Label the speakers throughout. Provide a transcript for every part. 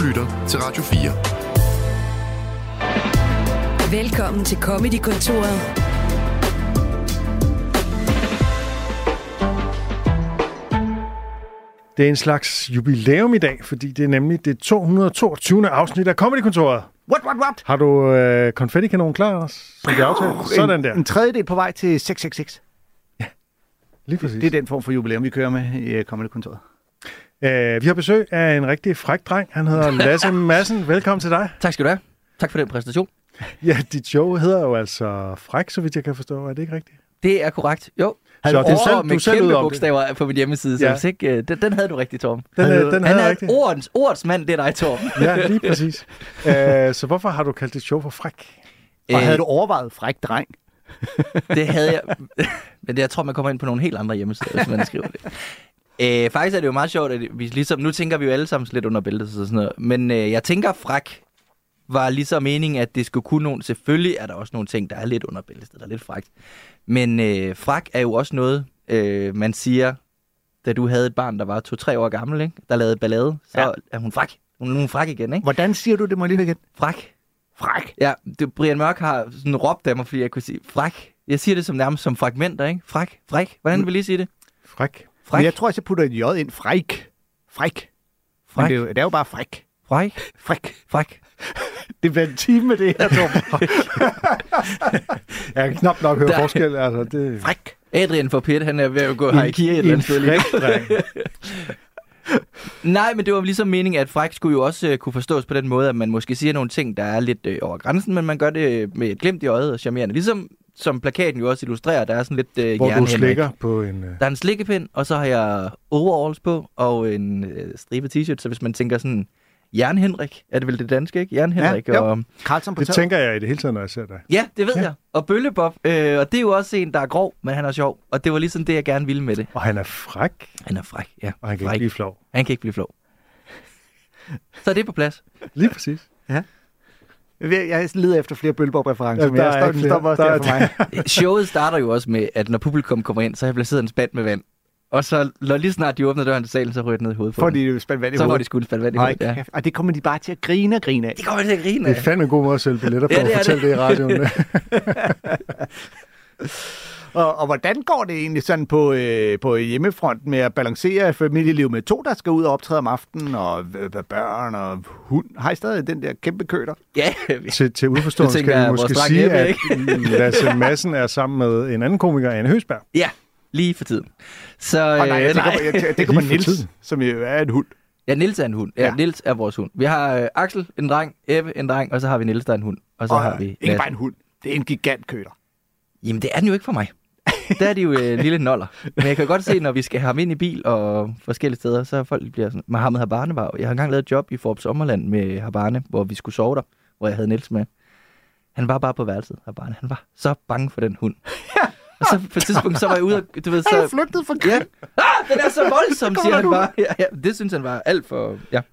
Speaker 1: lytter til Radio 4.
Speaker 2: Velkommen til Comedy-kontoret.
Speaker 3: Det er en slags jubilæum i dag, fordi det er nemlig det 222. afsnit af Comedy-kontoret.
Speaker 4: What?
Speaker 3: Har du konfettikanon klar, Anders? Som vi aftalte? Sådan der.
Speaker 4: En tredjedel på vej til 666.
Speaker 3: Lige præcis.
Speaker 4: Det er den form for jubilæum, vi kører med i Comedy-kontoret.
Speaker 3: Vi har besøg af en rigtig fræk dreng. Han hedder Lasse Madsen. Velkommen til dig.
Speaker 5: Tak skal du have. Tak for den præsentation.
Speaker 3: Ja, dit show hedder jo altså Fræk, så vidt jeg kan forstå. Er det ikke rigtigt?
Speaker 5: Det er korrekt. Jo.
Speaker 3: Så
Speaker 5: Det står med
Speaker 3: selv
Speaker 5: kæmpe bogstaver på min hjemmeside, så hvis ikke, den havde du rigtig, Torben.
Speaker 3: Den
Speaker 5: Han
Speaker 3: havde
Speaker 5: er
Speaker 3: rigtigt.
Speaker 5: ordets mand, det er dig, Torben.
Speaker 3: Ja, lige præcis. Så hvorfor har du kaldt dit show for Fræk?
Speaker 4: Og havde du overvejet fræk dreng?
Speaker 5: Det havde jeg. Men jeg tror, man kommer ind på nogle helt andre hjemmesider, hvis man skriver det. Faktisk er det jo meget sjovt, at vi ligesom, nu tænker vi jo alle sammen lidt under bæltet og sådan noget, men jeg tænker, fræk var ligesom meningen, at det skulle kunne nogen. Selvfølgelig er der også nogle ting, der er lidt under bæltet, der er lidt frækt. Men fræk er jo også noget, man siger, da du havde et barn, der var 2-3 år gammel, ikke? Der lavede ballade, så er hun fræk. Hun er fræk igen, ikke?
Speaker 4: Hvordan siger du det, må jeg lige igen?
Speaker 5: Fræk.
Speaker 4: Fræk.
Speaker 5: Ja, Brian Mørk har sådan råbt af mig, fordi jeg kunne sige fræk. Jeg siger det som nærmest som fragmenter, ikke? Fræk. Hvordan vil I sige det?
Speaker 3: Fræk.
Speaker 4: Men jeg tror også, jeg putter et j ind. Fræk. Men det er jo bare fræk.
Speaker 5: Fræk.
Speaker 4: Det bliver en time med det her, Torben.
Speaker 3: Jeg kan knap nok høre forskel. Altså, det...
Speaker 4: Fræk.
Speaker 5: Adrian for Pitt, han er ved at gå her i kirke et eller andet sted lige. Nej, men det var ligesom meningen, at fræk skulle jo også kunne forstås på den måde, at man måske siger nogle ting, der er lidt over grænsen, men man gør det med et glimt i øjet og charmerende. Ligesom som plakaten jo også illustrerer, der er sådan lidt
Speaker 3: hvor
Speaker 5: jernhænder.
Speaker 3: du slikker på en...
Speaker 5: Der er en slikkepind, og så har jeg overalls på, og en stribet t-shirt, så hvis man tænker sådan... Jern-Henrik, er det vel det danske, ikke? Jern-Henrik og...
Speaker 4: Karlsson på
Speaker 3: det tænker jeg i det hele taget, når jeg ser dig.
Speaker 5: Ja, det ved jeg. Og Bøllebob, og det er jo også en, der er grov, men han er sjov. Og det var ligesom det, jeg gerne ville med det.
Speaker 3: Og han er fræk.
Speaker 5: Han er fræk, ja.
Speaker 3: Og han kan ikke blive flov.
Speaker 5: Han kan ikke blive flov. Så er det på plads.
Speaker 3: Lige præcis.
Speaker 4: Ja. Jeg leder efter flere Bøllebob-referencer, men
Speaker 3: jeg
Speaker 4: stopper også der for mig.
Speaker 5: Showet starter jo også med, at når publikum kommer ind, så har jeg placeret en spand med vand. Og så lige snart de åbner døren til salen, så ryger det ned i hovedet på
Speaker 4: dem. Fordi de spændt vand i hovedet?
Speaker 5: Så får de sgu spændt vand i hovedet, ja.
Speaker 4: Og det kommer de bare til at grine af.
Speaker 5: Det kommer de til at grine af.
Speaker 3: Det er fandme en god måde at sælge billetter på, at fortælle det i radioen.
Speaker 4: Og hvordan går det egentlig sådan på hjemmefronten med at balancere familieliv med 2, der skal ud og optræde om aftenen, og børn og hund? Har I stadig den der kæmpe køter?
Speaker 5: Ja.
Speaker 3: Til udforstående skal vi måske sige, hjemme, at Lasse Madsen er sammen med en anden komiker, Anne Høsberg.
Speaker 5: Ja, lige for tiden. Så,
Speaker 4: det kommer Niels, som jo er en hund.
Speaker 5: Ja, Niels er en hund. Ja, Niels er vores hund. Vi har Axel, en dreng, Ebbe, en dreng, og så har vi Niels, der er en hund. Og så har vi
Speaker 4: ikke bare en hund. Det er en gigantkøter.
Speaker 5: Jamen, det er den jo ikke for mig. Der er de jo lille noller. Men jeg kan godt se, når vi skal have ham ind i bil og forskellige steder, så folk bliver sådan... Mohammed Habane var... Jeg har engang lavet et job i Forbes Sommerland med Habane, hvor vi skulle sove der, hvor jeg havde Niels med. Han var bare på værelset, Habane. Han var så bange for den hund. Og så på et tidspunkt, så var jeg ude og... Du ved, så...
Speaker 4: Han er flygtet fra krig.
Speaker 5: Ja. Den er så voldsom, siger han bare. Ja, det synes han var alt for... Ja.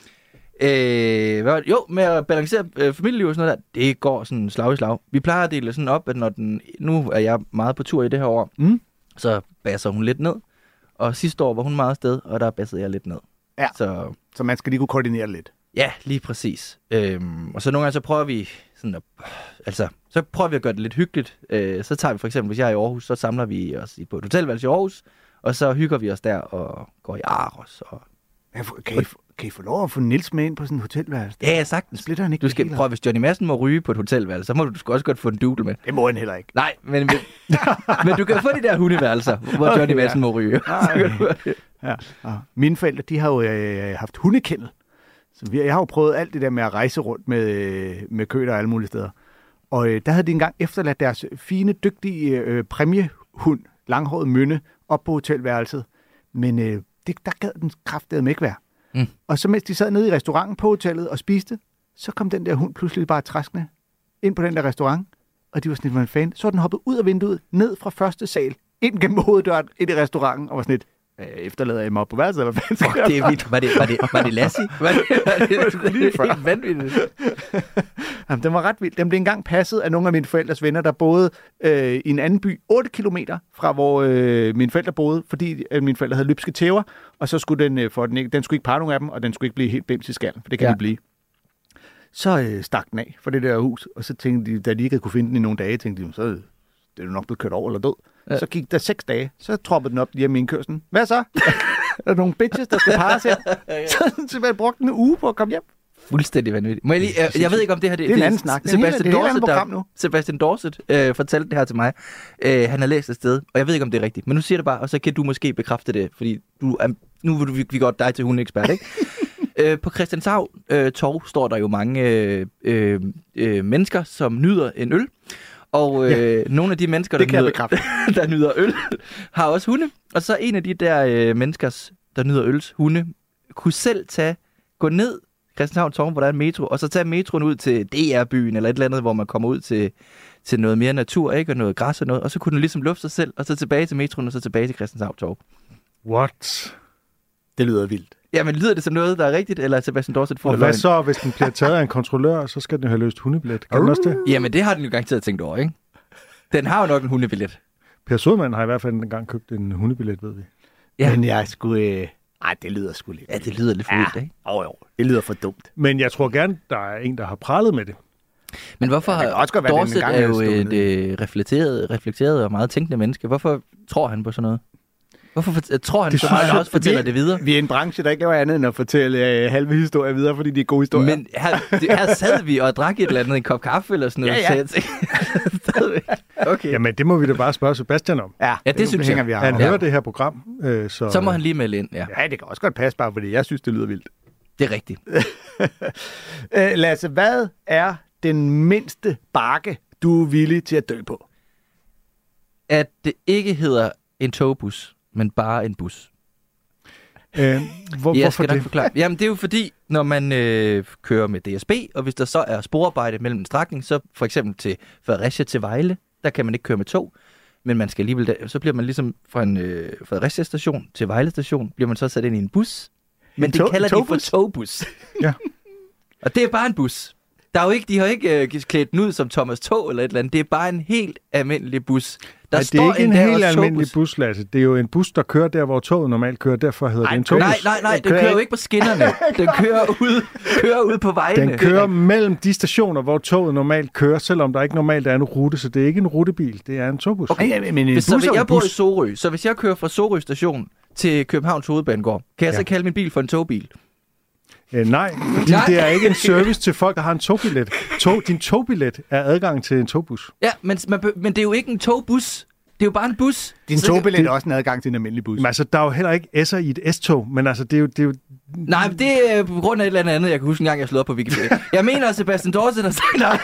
Speaker 5: Med at balancere familieliv og sådan noget der, det går sådan slag i slag. Vi plejer at dele sådan op, at når nu er jeg meget på tur i det her år, så basser hun lidt ned. Og sidste år var hun meget afsted, og der bassede jeg lidt ned.
Speaker 4: Ja, så man skal lige kunne koordinere lidt.
Speaker 5: Ja, lige præcis. Og så nogle gange, så prøver vi sådan så prøver vi at gøre det lidt hyggeligt. Så tager vi for eksempel, hvis jeg er i Aarhus, så samler vi os på et hotelværelse i Aarhus, og så hygger vi os der og går i Aros. Og...
Speaker 4: Kan I få lov at få Niels med ind på sådan et hotelværelse?
Speaker 5: Ja, sagtens.
Speaker 4: Splitter han ikke?
Speaker 5: Du skal prøve, hvis Johnny Madsen må ryge på et hotelværelse, så må du også godt få en doodle med.
Speaker 4: Det må han heller ikke.
Speaker 5: Nej, men du kan få de der hundeværelser, hvor Johnny Madsen må ryge.
Speaker 4: Ja. Mine forældre, de har jo haft hundekendel. Så jeg har jo prøvet alt det der med at rejse rundt med køter og alle mulige steder. Og der havde de engang efterladt deres fine, dygtige præmiehund, langhåret Mynde, op på hotelværelset. Men der gad den kraftedeme ikke være. Og så mens de sad nede i restauranten på hotellet og spiste, så kom den der hund pludselig bare træskende ind på den der restaurant. Og de var sådan lidt, en fan. Så den hoppet ud af vinduet, ned fra første sal, ind gennem hoveddøren, ind i restauranten, og var sådan lidt, efterlader jeg mig op på værelset, eller hvad fanden skal
Speaker 5: det er vildt. Var det Lassie? Var det helt vanvittigt?
Speaker 4: Jamen, den var ret vild. Den blev engang passet af nogle af mine forældres venner, der boede i en anden by 8 kilometer fra, hvor mine forældre boede, fordi mine forældre havde løbske tæver, og så skulle den skulle ikke parre nogen af dem, og den skulle ikke blive helt bims i skallen, for det kan de blive. Så stak den af for det der hus, og så tænkte de, da de ikke kunne finde den i nogle dage, tænkte de, så det er jo nok blevet kørt over eller død. Ja. Så gik der 6 dage, så troppede den op hjemme i indkørslen. Hvad så? Der er nogle bitches, der skal parres her. Så jeg brugte en uge på at komme hjem.
Speaker 5: Fuldstændig vanvittigt. Jeg ved ikke, om det her...
Speaker 4: Det er en anden snak.
Speaker 5: Sebastian Dorset fortalte det her til mig. Han har læst et sted, og jeg ved ikke, om det er rigtigt. Men nu siger det bare, og så kan du måske bekræfte det, fordi nu vil vi godt dig til hundeekspert, ikke? På Christianshavn Torv står der jo mange mennesker, som nyder en øl. Og nogle af de mennesker, der nyder øl, har også hunde. Og så en af de der mennesker, der nyder øls hunde, kunne selv gå ned Christianshavn Torv, hvor der er en metro, og så tage metroen ud til DR-byen, eller et eller andet, hvor man kommer ud til noget mere natur, ikke? Og noget græs og noget, og så kunne den ligesom lufte sig selv, og så tilbage til metroen, og så tilbage til Christianshavn Torv.
Speaker 3: What?
Speaker 4: Det lyder vildt.
Speaker 5: Ja, men lyder det som noget, der er rigtigt, eller Sebastian Dorset får
Speaker 3: og hvad så, hvis den bliver taget af en kontrollør, så skal den jo have løst hundebillet. Kan den også det?
Speaker 5: Jamen, det har den jo garanteret tænkt over, ikke? Den har jo nok en hundebillet.
Speaker 3: Per Sodman har i hvert fald engang købt en hundebillet, ved vi.
Speaker 4: Ja. Men jeg skulle... Ej, det lyder sgu lidt.
Speaker 5: Ja, det lyder lidt fuldt, ikke?
Speaker 4: Jo. Det lyder for dumt.
Speaker 3: Men jeg tror gerne, der er en, der har pralet med det.
Speaker 5: Men hvorfor har Dorset er jo et reflekteret og meget tænkende menneske. Hvorfor tror han på sådan noget? Hvorfor tror han så meget, også fortæller det videre?
Speaker 4: Vi er en branche, der ikke laver andet end at fortælle halve historier videre, fordi de er gode historier.
Speaker 5: Men her sad vi og drak et eller andet, en kop kaffe eller sådan noget.
Speaker 4: Ja.
Speaker 5: Okay.
Speaker 3: Jamen, det må vi da bare spørge Sebastian om.
Speaker 5: Ja, det synes jeg.
Speaker 3: Han hører det her program.
Speaker 5: Så må han lige melde ind, ja.
Speaker 4: Ja, det kan også godt passe bare, fordi jeg synes, det lyder vildt.
Speaker 5: Det er rigtigt.
Speaker 4: Lasse, hvad er den mindste bakke, du er villig til at dø på?
Speaker 5: At det ikke hedder en togbus, men bare en bus.
Speaker 3: Hvorfor det?
Speaker 5: Forklare. Jamen, det er jo fordi, når man kører med DSB, og hvis der så er sporarbejde mellem en strækning, så for eksempel til Fredericia til Vejle, der kan man ikke køre med tog, men man skal alligevel, så bliver man ligesom fra en Fredericia station til Vejle station, bliver man så sat ind i en bus, men det kalder de for togbus.
Speaker 3: Ja.
Speaker 5: Og det er bare en bus. Der er jo ikke, de har ikke klædt den ud som Thomas Tog eller et eller andet. Det er bare en helt almindelig bus.
Speaker 3: Nej, det er ikke en helt almindelig bus, Lasse. Det er jo en bus, der kører der, hvor toget normalt kører. Derfor hedder det en togbus.
Speaker 5: Nej, den kører jo ikke på skinnerne. Den kører ud på vejene.
Speaker 3: Den kører mellem de stationer, hvor toget normalt kører, selvom der ikke normalt er en rute. Så det er ikke en rutebil, det er en togbus.
Speaker 5: Okay, men hvis jeg bor i Sorø, så hvis jeg kører fra Sorø station til Københavns Hovedbanegård, kan jeg så kalde min bil for en togbil?
Speaker 3: Nej, fordi det er ikke en service til folk, der har en togbillet. Din togbillet er adgang til en togbus.
Speaker 5: Ja, men det er jo ikke en togbus. Det er jo bare en bus.
Speaker 4: Din togbillet er også en adgang til en almindelig bus.
Speaker 3: Men altså, der er jo heller ikke S'er i et S-tog, men altså, det er jo...
Speaker 5: Nej, men det er på grund af et eller andet, jeg kan huske en gang, jeg slog op på Wikipedia. Jeg mener, at Sebastian Dorset har sagt nej.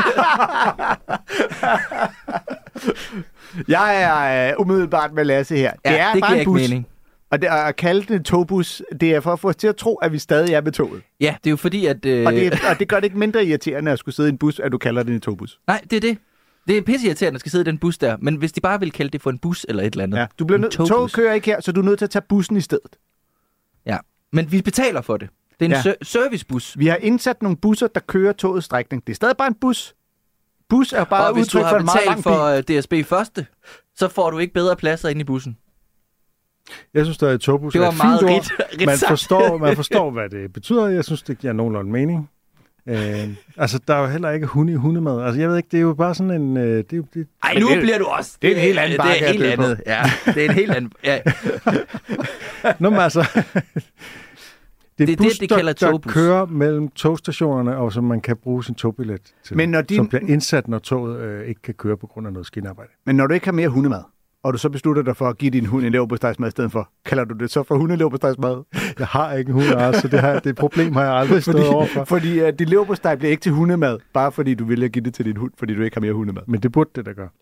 Speaker 5: Jeg
Speaker 4: er umiddelbart med Lasse her.
Speaker 5: Ja,
Speaker 4: det er bare en bus.
Speaker 5: Mening.
Speaker 4: Og det at kalde det togbus, det er for at få os til at tro, at vi stadig er med toget.
Speaker 5: Ja, det er jo fordi, at...
Speaker 4: Og det gør det ikke mindre irriterende at skulle sidde i en bus, at du kalder det en togbus.
Speaker 5: Nej, det er det. Det er pisseirriterende at skal sidde i den bus der. Men hvis de bare vil kalde det for en bus eller et eller andet.
Speaker 4: Ja, du bliver toget kører ikke her, så du er nødt til at tage bussen i stedet.
Speaker 5: Ja, men vi betaler for det. Det er en servicebus.
Speaker 4: Vi har indsat nogle busser, der kører togets strækning. Det er stadig bare en bus. Bus er bare udtryk for en meget lang bil.
Speaker 5: Og hvis du har betalt for DSB første, så får du ikke bedre pladser inde i bussen.
Speaker 3: Jeg synes, der er et togbus.
Speaker 5: Det var meget
Speaker 3: rigt. Man forstår, hvad det betyder. Jeg synes, det giver nogenlunde mening. Altså, der er jo heller ikke hunde i hundemad. Altså, jeg ved ikke, det er jo bare sådan en...
Speaker 5: Ej, nu bliver du også...
Speaker 4: Det er en helt anden bakke.
Speaker 5: Det er helt andet. Ja, det er en helt anden... Ja.
Speaker 3: Nå, men altså... Det er bus,
Speaker 5: det, de kalder
Speaker 3: der kører mellem togstationerne, og som man kan bruge sin togbillet til. Men som bliver indsat, når toget ikke kan køre på grund af noget skinnearbejde.
Speaker 4: Men når du ikke har mere hundemad, og du så beslutter dig for at give din hund en leverpostejsmad i stedet for, kalder du det så for hundeleverpostejsmad?
Speaker 3: Jeg har ikke en hund, så det problem har jeg aldrig stået overfor.
Speaker 4: Fordi din leverpostej bliver ikke til hundemad, bare fordi du vælger at give det til din hund, fordi du ikke har mere hundemad.
Speaker 3: Men det burde det da gøre.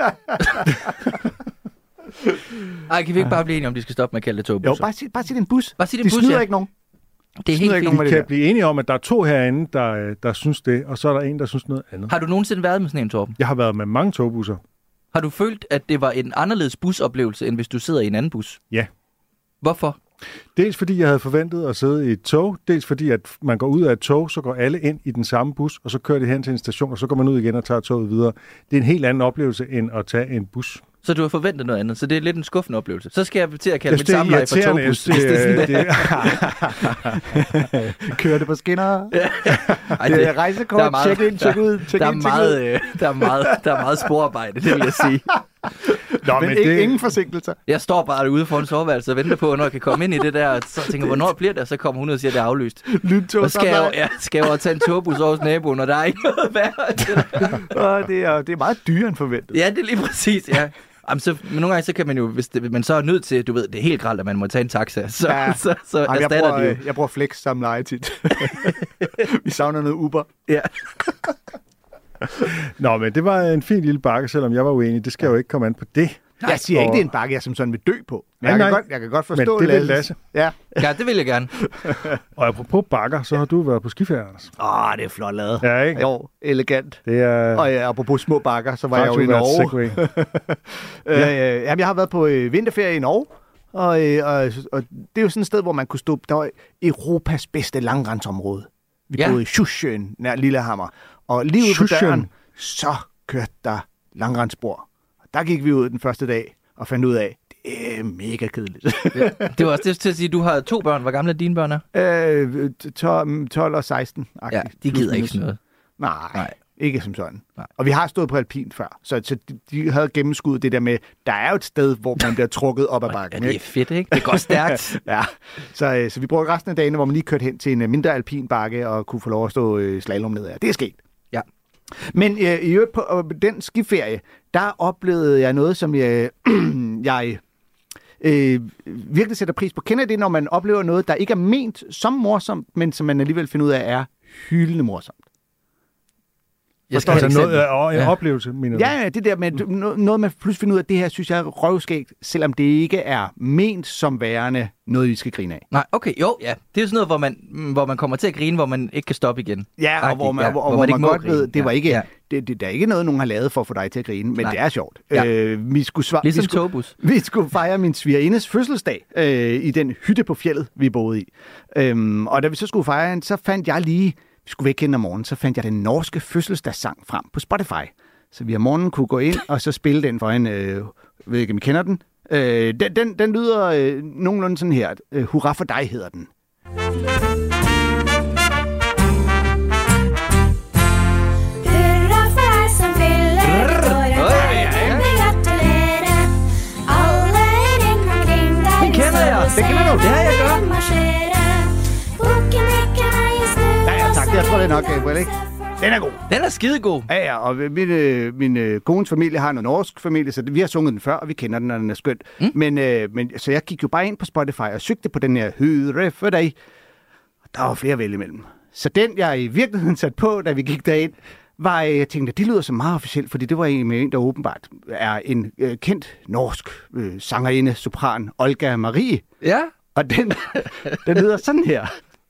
Speaker 5: Ej, kan vi ikke bare blive enige om, de skal stoppe med at kalde det togbusser?
Speaker 4: Jo, bare sig det en bus.
Speaker 5: Bare sig det en bus,
Speaker 4: snyder ikke nogen.
Speaker 5: Det er helt fint.
Speaker 3: Vi kan blive enige om, at der er 2 herinde, der synes det, og så er der en, der synes noget andet.
Speaker 5: Har du nogensinde været med sådan en, Torben?
Speaker 3: Jeg har været med mange togbusser.
Speaker 5: Har du følt, at det var en anderledes busoplevelse, end hvis du sidder i en anden bus?
Speaker 3: Ja.
Speaker 5: Hvorfor?
Speaker 3: Dels fordi jeg havde forventet at sidde i et tog, dels fordi at man går ud af et tog, så går alle ind i den samme bus, og så kører de hen til en station, og så går man ud igen og tager toget videre. Det er en helt anden oplevelse, end at tage en bus.
Speaker 5: Så du har forventet noget andet, så det er lidt en skuffende oplevelse. Så skal jeg til at kalde mit samleje for togbus.
Speaker 4: Kører det på skinner? Ej, det er rejsekort, check ind, check ud, check ind,
Speaker 5: der er meget sporarbejde, det vil jeg sige.
Speaker 4: Nå, men ingen forsinkelser.
Speaker 5: Jeg står bare derude foran soveværelset og venter på, når jeg kan komme ind i det der, og så tænker hvornår bliver det? Og så kommer hun ud og siger, at det er aflyst.
Speaker 4: Lyntog.
Speaker 5: Og skal jeg tage en togbus over hos naboen, og der er ikke noget værd.
Speaker 4: Det er meget dyrere end forventet.
Speaker 5: Ja, det er lige præcis, ja. Jamen, men nogle gange så kan man jo, hvis man så er nødt til, du ved, det er helt grelt, at man må tage en taxa, så erstatter de jo.
Speaker 4: Jeg bruger Flex som leje tit. Vi savner noget Uber.
Speaker 5: Ja.
Speaker 3: Nå, men det var en fin lille bakke, selvom jeg var uenig. Det skal jo ikke komme an på det.
Speaker 4: Jeg siger ikke, det er en bakke, jeg som sådan vil dø på. Men jeg kan godt forstå
Speaker 3: men det. Men Lasse.
Speaker 5: Ja, det vil jeg gerne.
Speaker 3: Og apropos bakker, så har du været på skiferie, Anders.
Speaker 4: Det er flot lavet.
Speaker 3: Ja, ikke?
Speaker 4: Jo, elegant.
Speaker 3: Det er...
Speaker 4: Og apropos små bakker, så var jeg jo i Norge. Jamen, jeg har været på vinterferie i Norge. Og det er jo sådan et sted, hvor man kunne stå... Der var Europas bedste langrendsområde. Vi boede i Sjusjøen, nær Lillehammer. Og lige ude på døren, så kørte der langrendsspor. Der gik vi ud den første dag og fandt ud af, det er mega kedeligt.
Speaker 5: Ja. Det var også det til at sige, at du har 2 børn. Hvor gamle er dine børn er?
Speaker 4: 12 og 16.
Speaker 5: Ja, de gider ikke sådan noget.
Speaker 4: Nej, ikke som sådan. Nej. Og vi har stået på alpin før, så de havde gennemskuddet det der med, der er jo et sted, hvor man bliver trukket op ad bakken.
Speaker 5: Ja, det er fedt, ikke? Det går stærkt.
Speaker 4: Ja, så vi brugte resten af dagene, hvor man lige kørte hen til en mindre alpin bakke og kunne få lov at stå slalom ned af. Det er sket.
Speaker 5: Ja.
Speaker 4: Men i øvrigt på den skiferie, der oplevede jeg noget, som jeg virkelig sætter pris på. Kender det, når man oplever noget, der ikke er ment som morsomt, men som man alligevel finder ud af er hyldende morsomt?
Speaker 3: Jeg skal altså noget en oplevelse, mener du?
Speaker 4: Ja, det der med noget, man pludselig finder ud af, det her synes jeg er røvskægt, selvom det ikke er ment som værende noget, vi skal grine af.
Speaker 5: Nej, okay, jo, ja. Det er jo sådan noget, hvor man kommer til at grine, hvor man ikke kan stoppe igen.
Speaker 4: Ja, og hvor man godt ved, det var ikke... Det er ikke noget, nogen har lavet for at få dig til at grine, men det er sjovt. Ja. Vi skulle fejre min svigerindes fødselsdag i den hytte på fjeldet, vi boede i. Og da vi så skulle fejre, så fandt jeg lige... Vi skulle væk hen om morgenen, så fandt jeg den norske fødselsdagssang frem på Spotify. Så vi om morgenen kunne gå ind og så spille den for en... ved ikke, om I kender den? Den lyder nogenlunde sådan her. Hurra for dig hedder den. Det kender du. Det har jeg gjort. Jeg tror, det er nok, ikke? Den er god.
Speaker 5: Den er skidegod.
Speaker 4: Ja, og min kones familie har en norsk familie, så vi har sunget den før, og vi kender den, og den er skønt. Men så jeg gik jo bare ind på Spotify og søgte på den her Hurra for dig. Og der var flere at vælge imellem. Så den, jeg i virkeligheden satte på, da vi gik derind, var, jeg tænkte, det lyder så meget officielt, fordi det var en, der åbenbart er en kendt norsk sangerinde, sopran, Olga Marie.
Speaker 5: Ja.
Speaker 4: Og den lyder sådan her.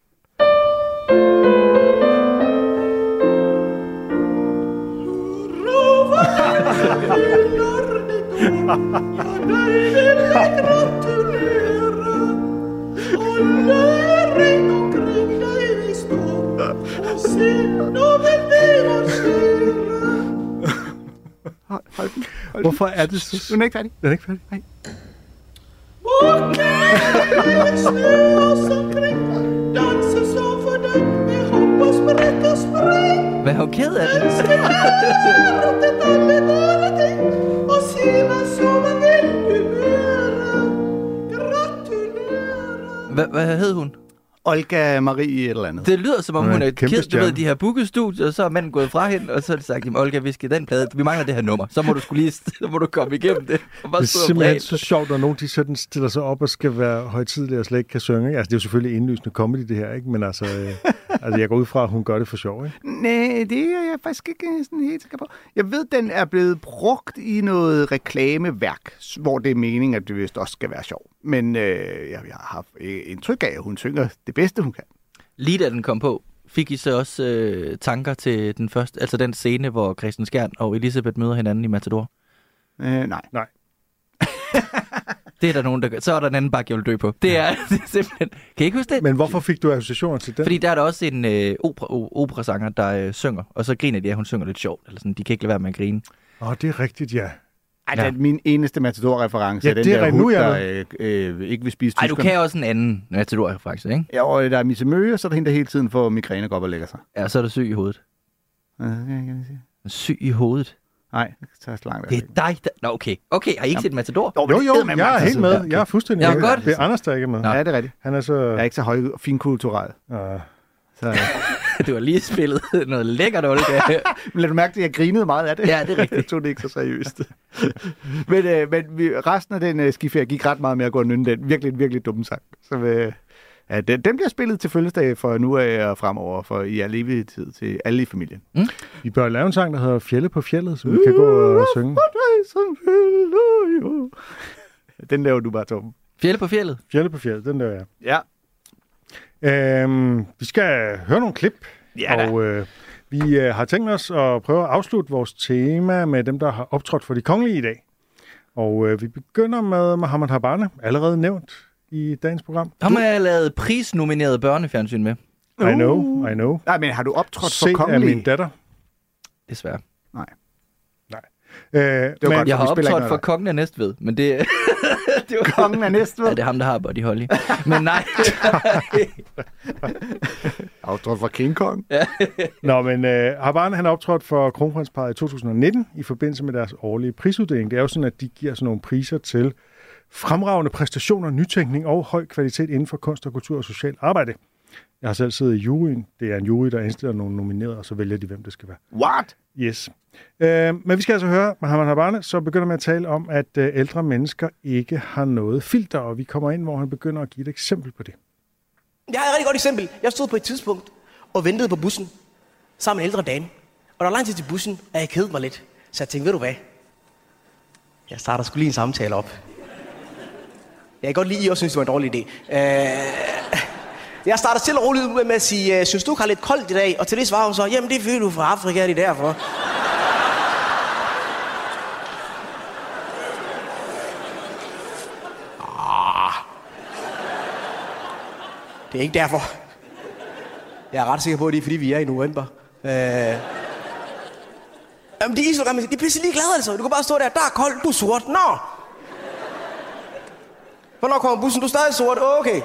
Speaker 3: Hvorfor er det så?
Speaker 4: Den er ikke færdig.
Speaker 3: Den er ikke færdig?
Speaker 4: Nej.
Speaker 5: Hvad er hun ked af det? Hvad hed hun?
Speaker 4: Olga Marie et eller andet.
Speaker 5: Det lyder som om hun er ked. Du ved, de her bookestudier, og så er manden gået fra hende, og så har de sagt, Olga, vi skal den plade. Vi mangler det her nummer. Så må du komme igennem det.
Speaker 3: Det er simpelthen så sjovt, når nogen de sådan stiller sig op og skal være højtidelige og slet ikke kan synge. Altså, det er jo selvfølgelig indlysende comedy, det her, ikke? Men altså jeg går ud fra, at hun gør det for sjov, ikke?
Speaker 4: Nej, det er jeg faktisk ikke sådan helt sikker på. Jeg ved, den er blevet brugt i noget reklameværk, hvor det er meningen, at det vist også skal være sjov. Men jeg har haft indtryk af, at hun synger det bedste, hun kan.
Speaker 5: Lige da den kom på, fik I så også tanker til den første, altså den scene, hvor Christian Skjern og Elisabeth møder hinanden i Matador?
Speaker 4: Nej.
Speaker 5: Det er der nogen, der gør. Så er der en anden bakke, jeg vil dø på. Det er simpelthen... Kan I ikke huske det?
Speaker 3: Men hvorfor fik du associationer til den?
Speaker 5: Fordi der er der også en operasanger, der synger, og så griner de, at hun synger lidt sjovt. Eller sådan. De kan ikke lade være med at grine.
Speaker 3: Det er rigtigt, ja.
Speaker 4: Ej, det er min eneste Matador-reference.
Speaker 3: Ja,
Speaker 4: den
Speaker 3: det er
Speaker 4: der
Speaker 3: nu,
Speaker 4: hund,
Speaker 3: jeg
Speaker 4: der ikke vil spise
Speaker 5: Ej,
Speaker 4: tyskerne.
Speaker 5: du kan også en anden Matador-reference, ikke?
Speaker 4: Ja, og der er Misse Møge, og så er der hende, der hele tiden får migræne, går op og lægger sig.
Speaker 5: Ja, så er der syg i hovedet. Syg i hovedet?
Speaker 4: Nej, det tager så langt.
Speaker 5: Det er dig, der... Nå, okay. Okay, har I ikke set Matador?
Speaker 3: Jo, jeg er helt med. Jeg er fuldstændig
Speaker 5: Ja,
Speaker 3: med.
Speaker 5: godt.
Speaker 3: Det er Anders, der ikke er med.
Speaker 4: Ja, det er rigtigt.
Speaker 3: Han er så...
Speaker 4: Jeg er ikke så høj finkulturel. Så,
Speaker 5: Du har lige spillet noget lækkert, Olga.
Speaker 4: men lad du mærke, at jeg grinede meget af det.
Speaker 5: Ja, det er rigtigt.
Speaker 4: Jeg tog det ikke så seriøst. men resten af den skiferie gik ret meget med at gå og nynne den. Virkelig, virkelig dumme sang. Så ja, den bliver spillet til fødselsdag for nu af og fremover, for i al evig tid til alle i familien.
Speaker 3: Vi bør lave en sang, der hedder Fjelle på fjellet, så vi kan gå og synge.
Speaker 4: Den laver du bare, Torben.
Speaker 5: Fjelle på fjellet?
Speaker 3: Fjelle på fjellet, den laver jeg.
Speaker 4: Ja.
Speaker 3: Vi skal høre nogle klip,
Speaker 4: Ja,
Speaker 3: og vi har tænkt os at prøve at afslutte vores tema med dem, der har optrådt for de kongelige i dag. Og vi begynder med Mohammed Habane, allerede nævnt i dagens program.
Speaker 5: Ham har jeg lavet prisnomineret børnefjernsyn med.
Speaker 3: I know.
Speaker 4: Nej, men har du optrådt for
Speaker 3: Set af
Speaker 4: kongelige?
Speaker 3: min datter.
Speaker 5: Desværre.
Speaker 4: Nej.
Speaker 3: Men,
Speaker 4: godt.
Speaker 5: Jeg har
Speaker 4: vi spiller ikke
Speaker 5: optrådt
Speaker 4: noget
Speaker 5: for
Speaker 4: der.
Speaker 5: kongen af Næstved, men det... det var...
Speaker 4: Kongen er næstved.
Speaker 5: Ja, det er ham, der har Buddy Holly. Men nej.
Speaker 4: Optrådt for King Kong.
Speaker 3: Habane, han er optrådt for Kronprinsparret i 2019 i forbindelse med deres årlige prisuddeling. Det er jo sådan, at de giver sådan nogle priser til fremragende præstationer, nytænkning og høj kvalitet inden for kunst og kultur og socialt arbejde. Jeg har selv siddet i juryen. Det er en jury, der indstiller nogle nominerede, og så vælger de, hvem det skal være.
Speaker 4: What?
Speaker 3: Yes. Men vi skal altså høre Mohammed Habane, så begynder med at tale om, at ældre mennesker ikke har noget filter, og vi kommer ind, hvor han begynder at give et eksempel på det.
Speaker 6: Jeg har et rigtig godt eksempel. Jeg stod på et tidspunkt og ventede på bussen sammen med en ældre dame. Og der var lang tid til bussen, og jeg kedede mig lidt. Så jeg tænkte, ved du hvad? Jeg starter sgu lige en samtale op. Jeg kan godt lide, at I også synes, det var en dårlig idé. Jeg starter stille og roligt ud med at sige, synes du ikke har lidt koldt i dag? Og til det svarer hun så, jamen det er fordi du er fra Afrika, det er derfor. Det er ikke derfor. Jeg er ret sikker på, at det er fordi, vi er i november. Jamen de er så gamle, de er pisse ligeglade altså. Du kan bare stå der er koldt, du er sort. Nå! Hvornår kommer bussen? Du er stadig sort. Okay.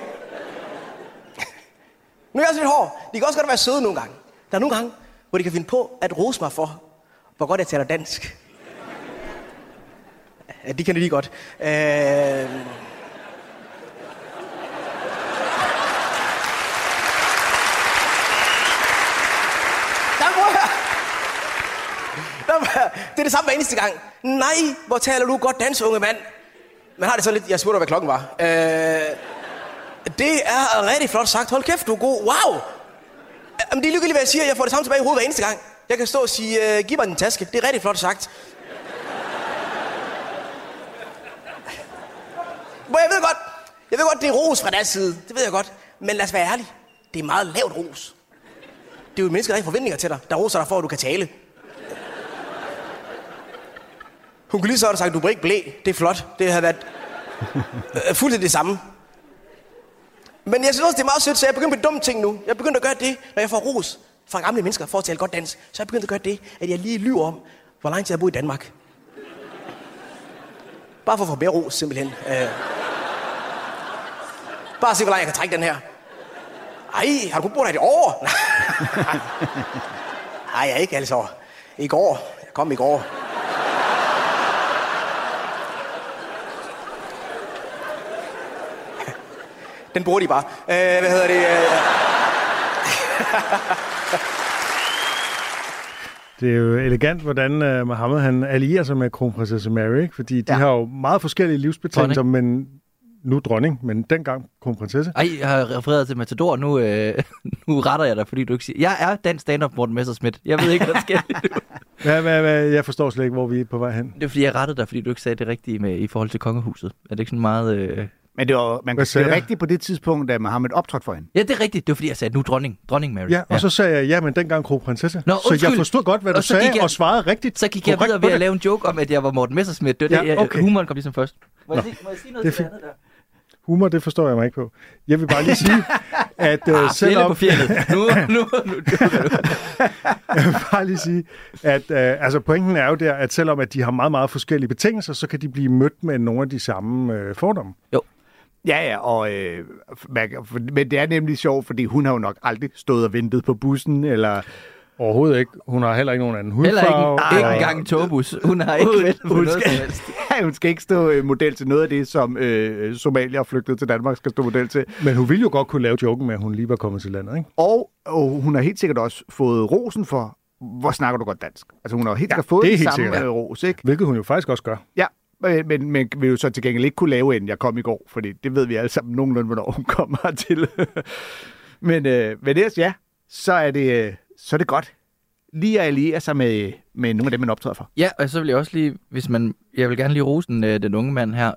Speaker 6: Nu er jeg også lidt hård. De kan også godt være søde nogle gange. Der er nogle gange, hvor de kan finde på at rose mig for, hvor godt jeg taler dansk. Ja, de kan det lige godt. Det er det samme hver eneste gang. Nej, hvor taler du godt dansk, unge mand. Man har det så lidt, jeg spurgte, hvad klokken var. Det er rigtig flot sagt. Hold kæft, du er god. Wow! Jamen, det er lykkeligt, hvad jeg siger. Jeg får det samme tilbage i hovedet hver eneste gang. Jeg kan stå og sige, giv mig din taske. Det er rigtig flot sagt. Jeg ved godt, det er ros fra deres side. Det ved jeg godt. Men lad os være ærlige. Det er meget lavt ros. Det er jo et menneske, der har forventninger til dig. Der roser dig for, at du kan tale. Hun kunne lige så have sagt, du må ikke blæ. Det er flot. Det havde været fuldstændig det samme. Men jeg synes også, det er meget sødt, så jeg er begyndt på dumme ting nu. Jeg er begyndt at gøre det, når jeg får ros fra gamle mennesker for at tale godt dansk. Så jeg er begyndt at gøre det, at jeg lige lyver om, hvor lang tid jeg har boet i Danmark. Bare for at få mere ros, simpelthen. Bare se, hvor langt jeg kan trække den her. Ej, har du kun boet her i år? Nej, jeg ikke altså. I går. Jeg kom i går. Den bruger de bare. Hvad hedder det?
Speaker 3: Det er jo elegant, hvordan Mohammed han allierer sig med kronprinsesse Mary, ikke? Fordi de har jo meget forskellige livsbetingelser, men nu dronning, men dengang kronprinsesse.
Speaker 5: Ej, jeg har refereret til Matador, nu retter jeg dig, fordi du ikke siger... Jeg er dansk stand-up Morten Messerschmidt. Jeg ved ikke, hvad der sker.
Speaker 3: Jeg forstår slet ikke, hvor vi er på vej hen.
Speaker 5: Det er, fordi jeg rettede dig, fordi du ikke sagde det rigtige med, i forhold til kongehuset. Er det ikke sådan meget...
Speaker 4: Men det var, man kan sige det rigtigt på det tidspunkt, da Mohammed optrådte for hende.
Speaker 5: Ja, det er rigtigt. Det var fordi, jeg sagde, nu dronning Mary.
Speaker 3: Ja, og så sagde jeg, ja, men dengang kronprinsesse.
Speaker 5: Nå,
Speaker 3: så jeg forstod godt, hvad du sagde, og svarede rigtigt.
Speaker 5: Så gik jeg videre ved at lave en joke om, at jeg var Morten Messerschmidt. Det var det, humoren kom ligesom først. Må jeg sige noget til det andet der?
Speaker 3: Humor, det forstår jeg mig ikke på. Jeg vil bare lige sige, at selvom...
Speaker 5: på fjeldet. Nu.
Speaker 3: Jeg vil bare lige sige, at altså pointen er jo der, at selvom at de har meget, meget forskellige betingelser, så kan de blive mødt med nogle af de samme fordomme.
Speaker 5: Jo.
Speaker 4: Ja, og men det er nemlig sjovt, fordi hun har jo nok aldrig stået og ventet på bussen, eller...
Speaker 3: Overhovedet ikke. Hun har heller ikke nogen anden hudfarve.
Speaker 5: Heller ikke engang en togbus. Hun har ikke ventet på noget som helst.
Speaker 4: Hun skal ikke stå model til noget af det, som somalier flygtet til Danmark skal stå model til.
Speaker 3: Men hun ville jo godt kunne lave joken med, at hun lige var kommet til landet, ikke?
Speaker 4: Og hun har helt sikkert også fået rosen for, hvor snakker du godt dansk. Altså hun har helt sikkert fået det samme ros, ikke?
Speaker 3: Hvilket hun jo faktisk også gør.
Speaker 4: Ja, men vil jo så til gengæld ikke kunne lave en, jeg kom i går, fordi det ved vi alle sammen nogenlunde, hvornår hun kommer til. men ellers ja, så er det godt lige at alliere sig med nogle af dem, man optræder for.
Speaker 5: Ja, og så vil jeg også lige, jeg vil gerne lige rose den unge mand her.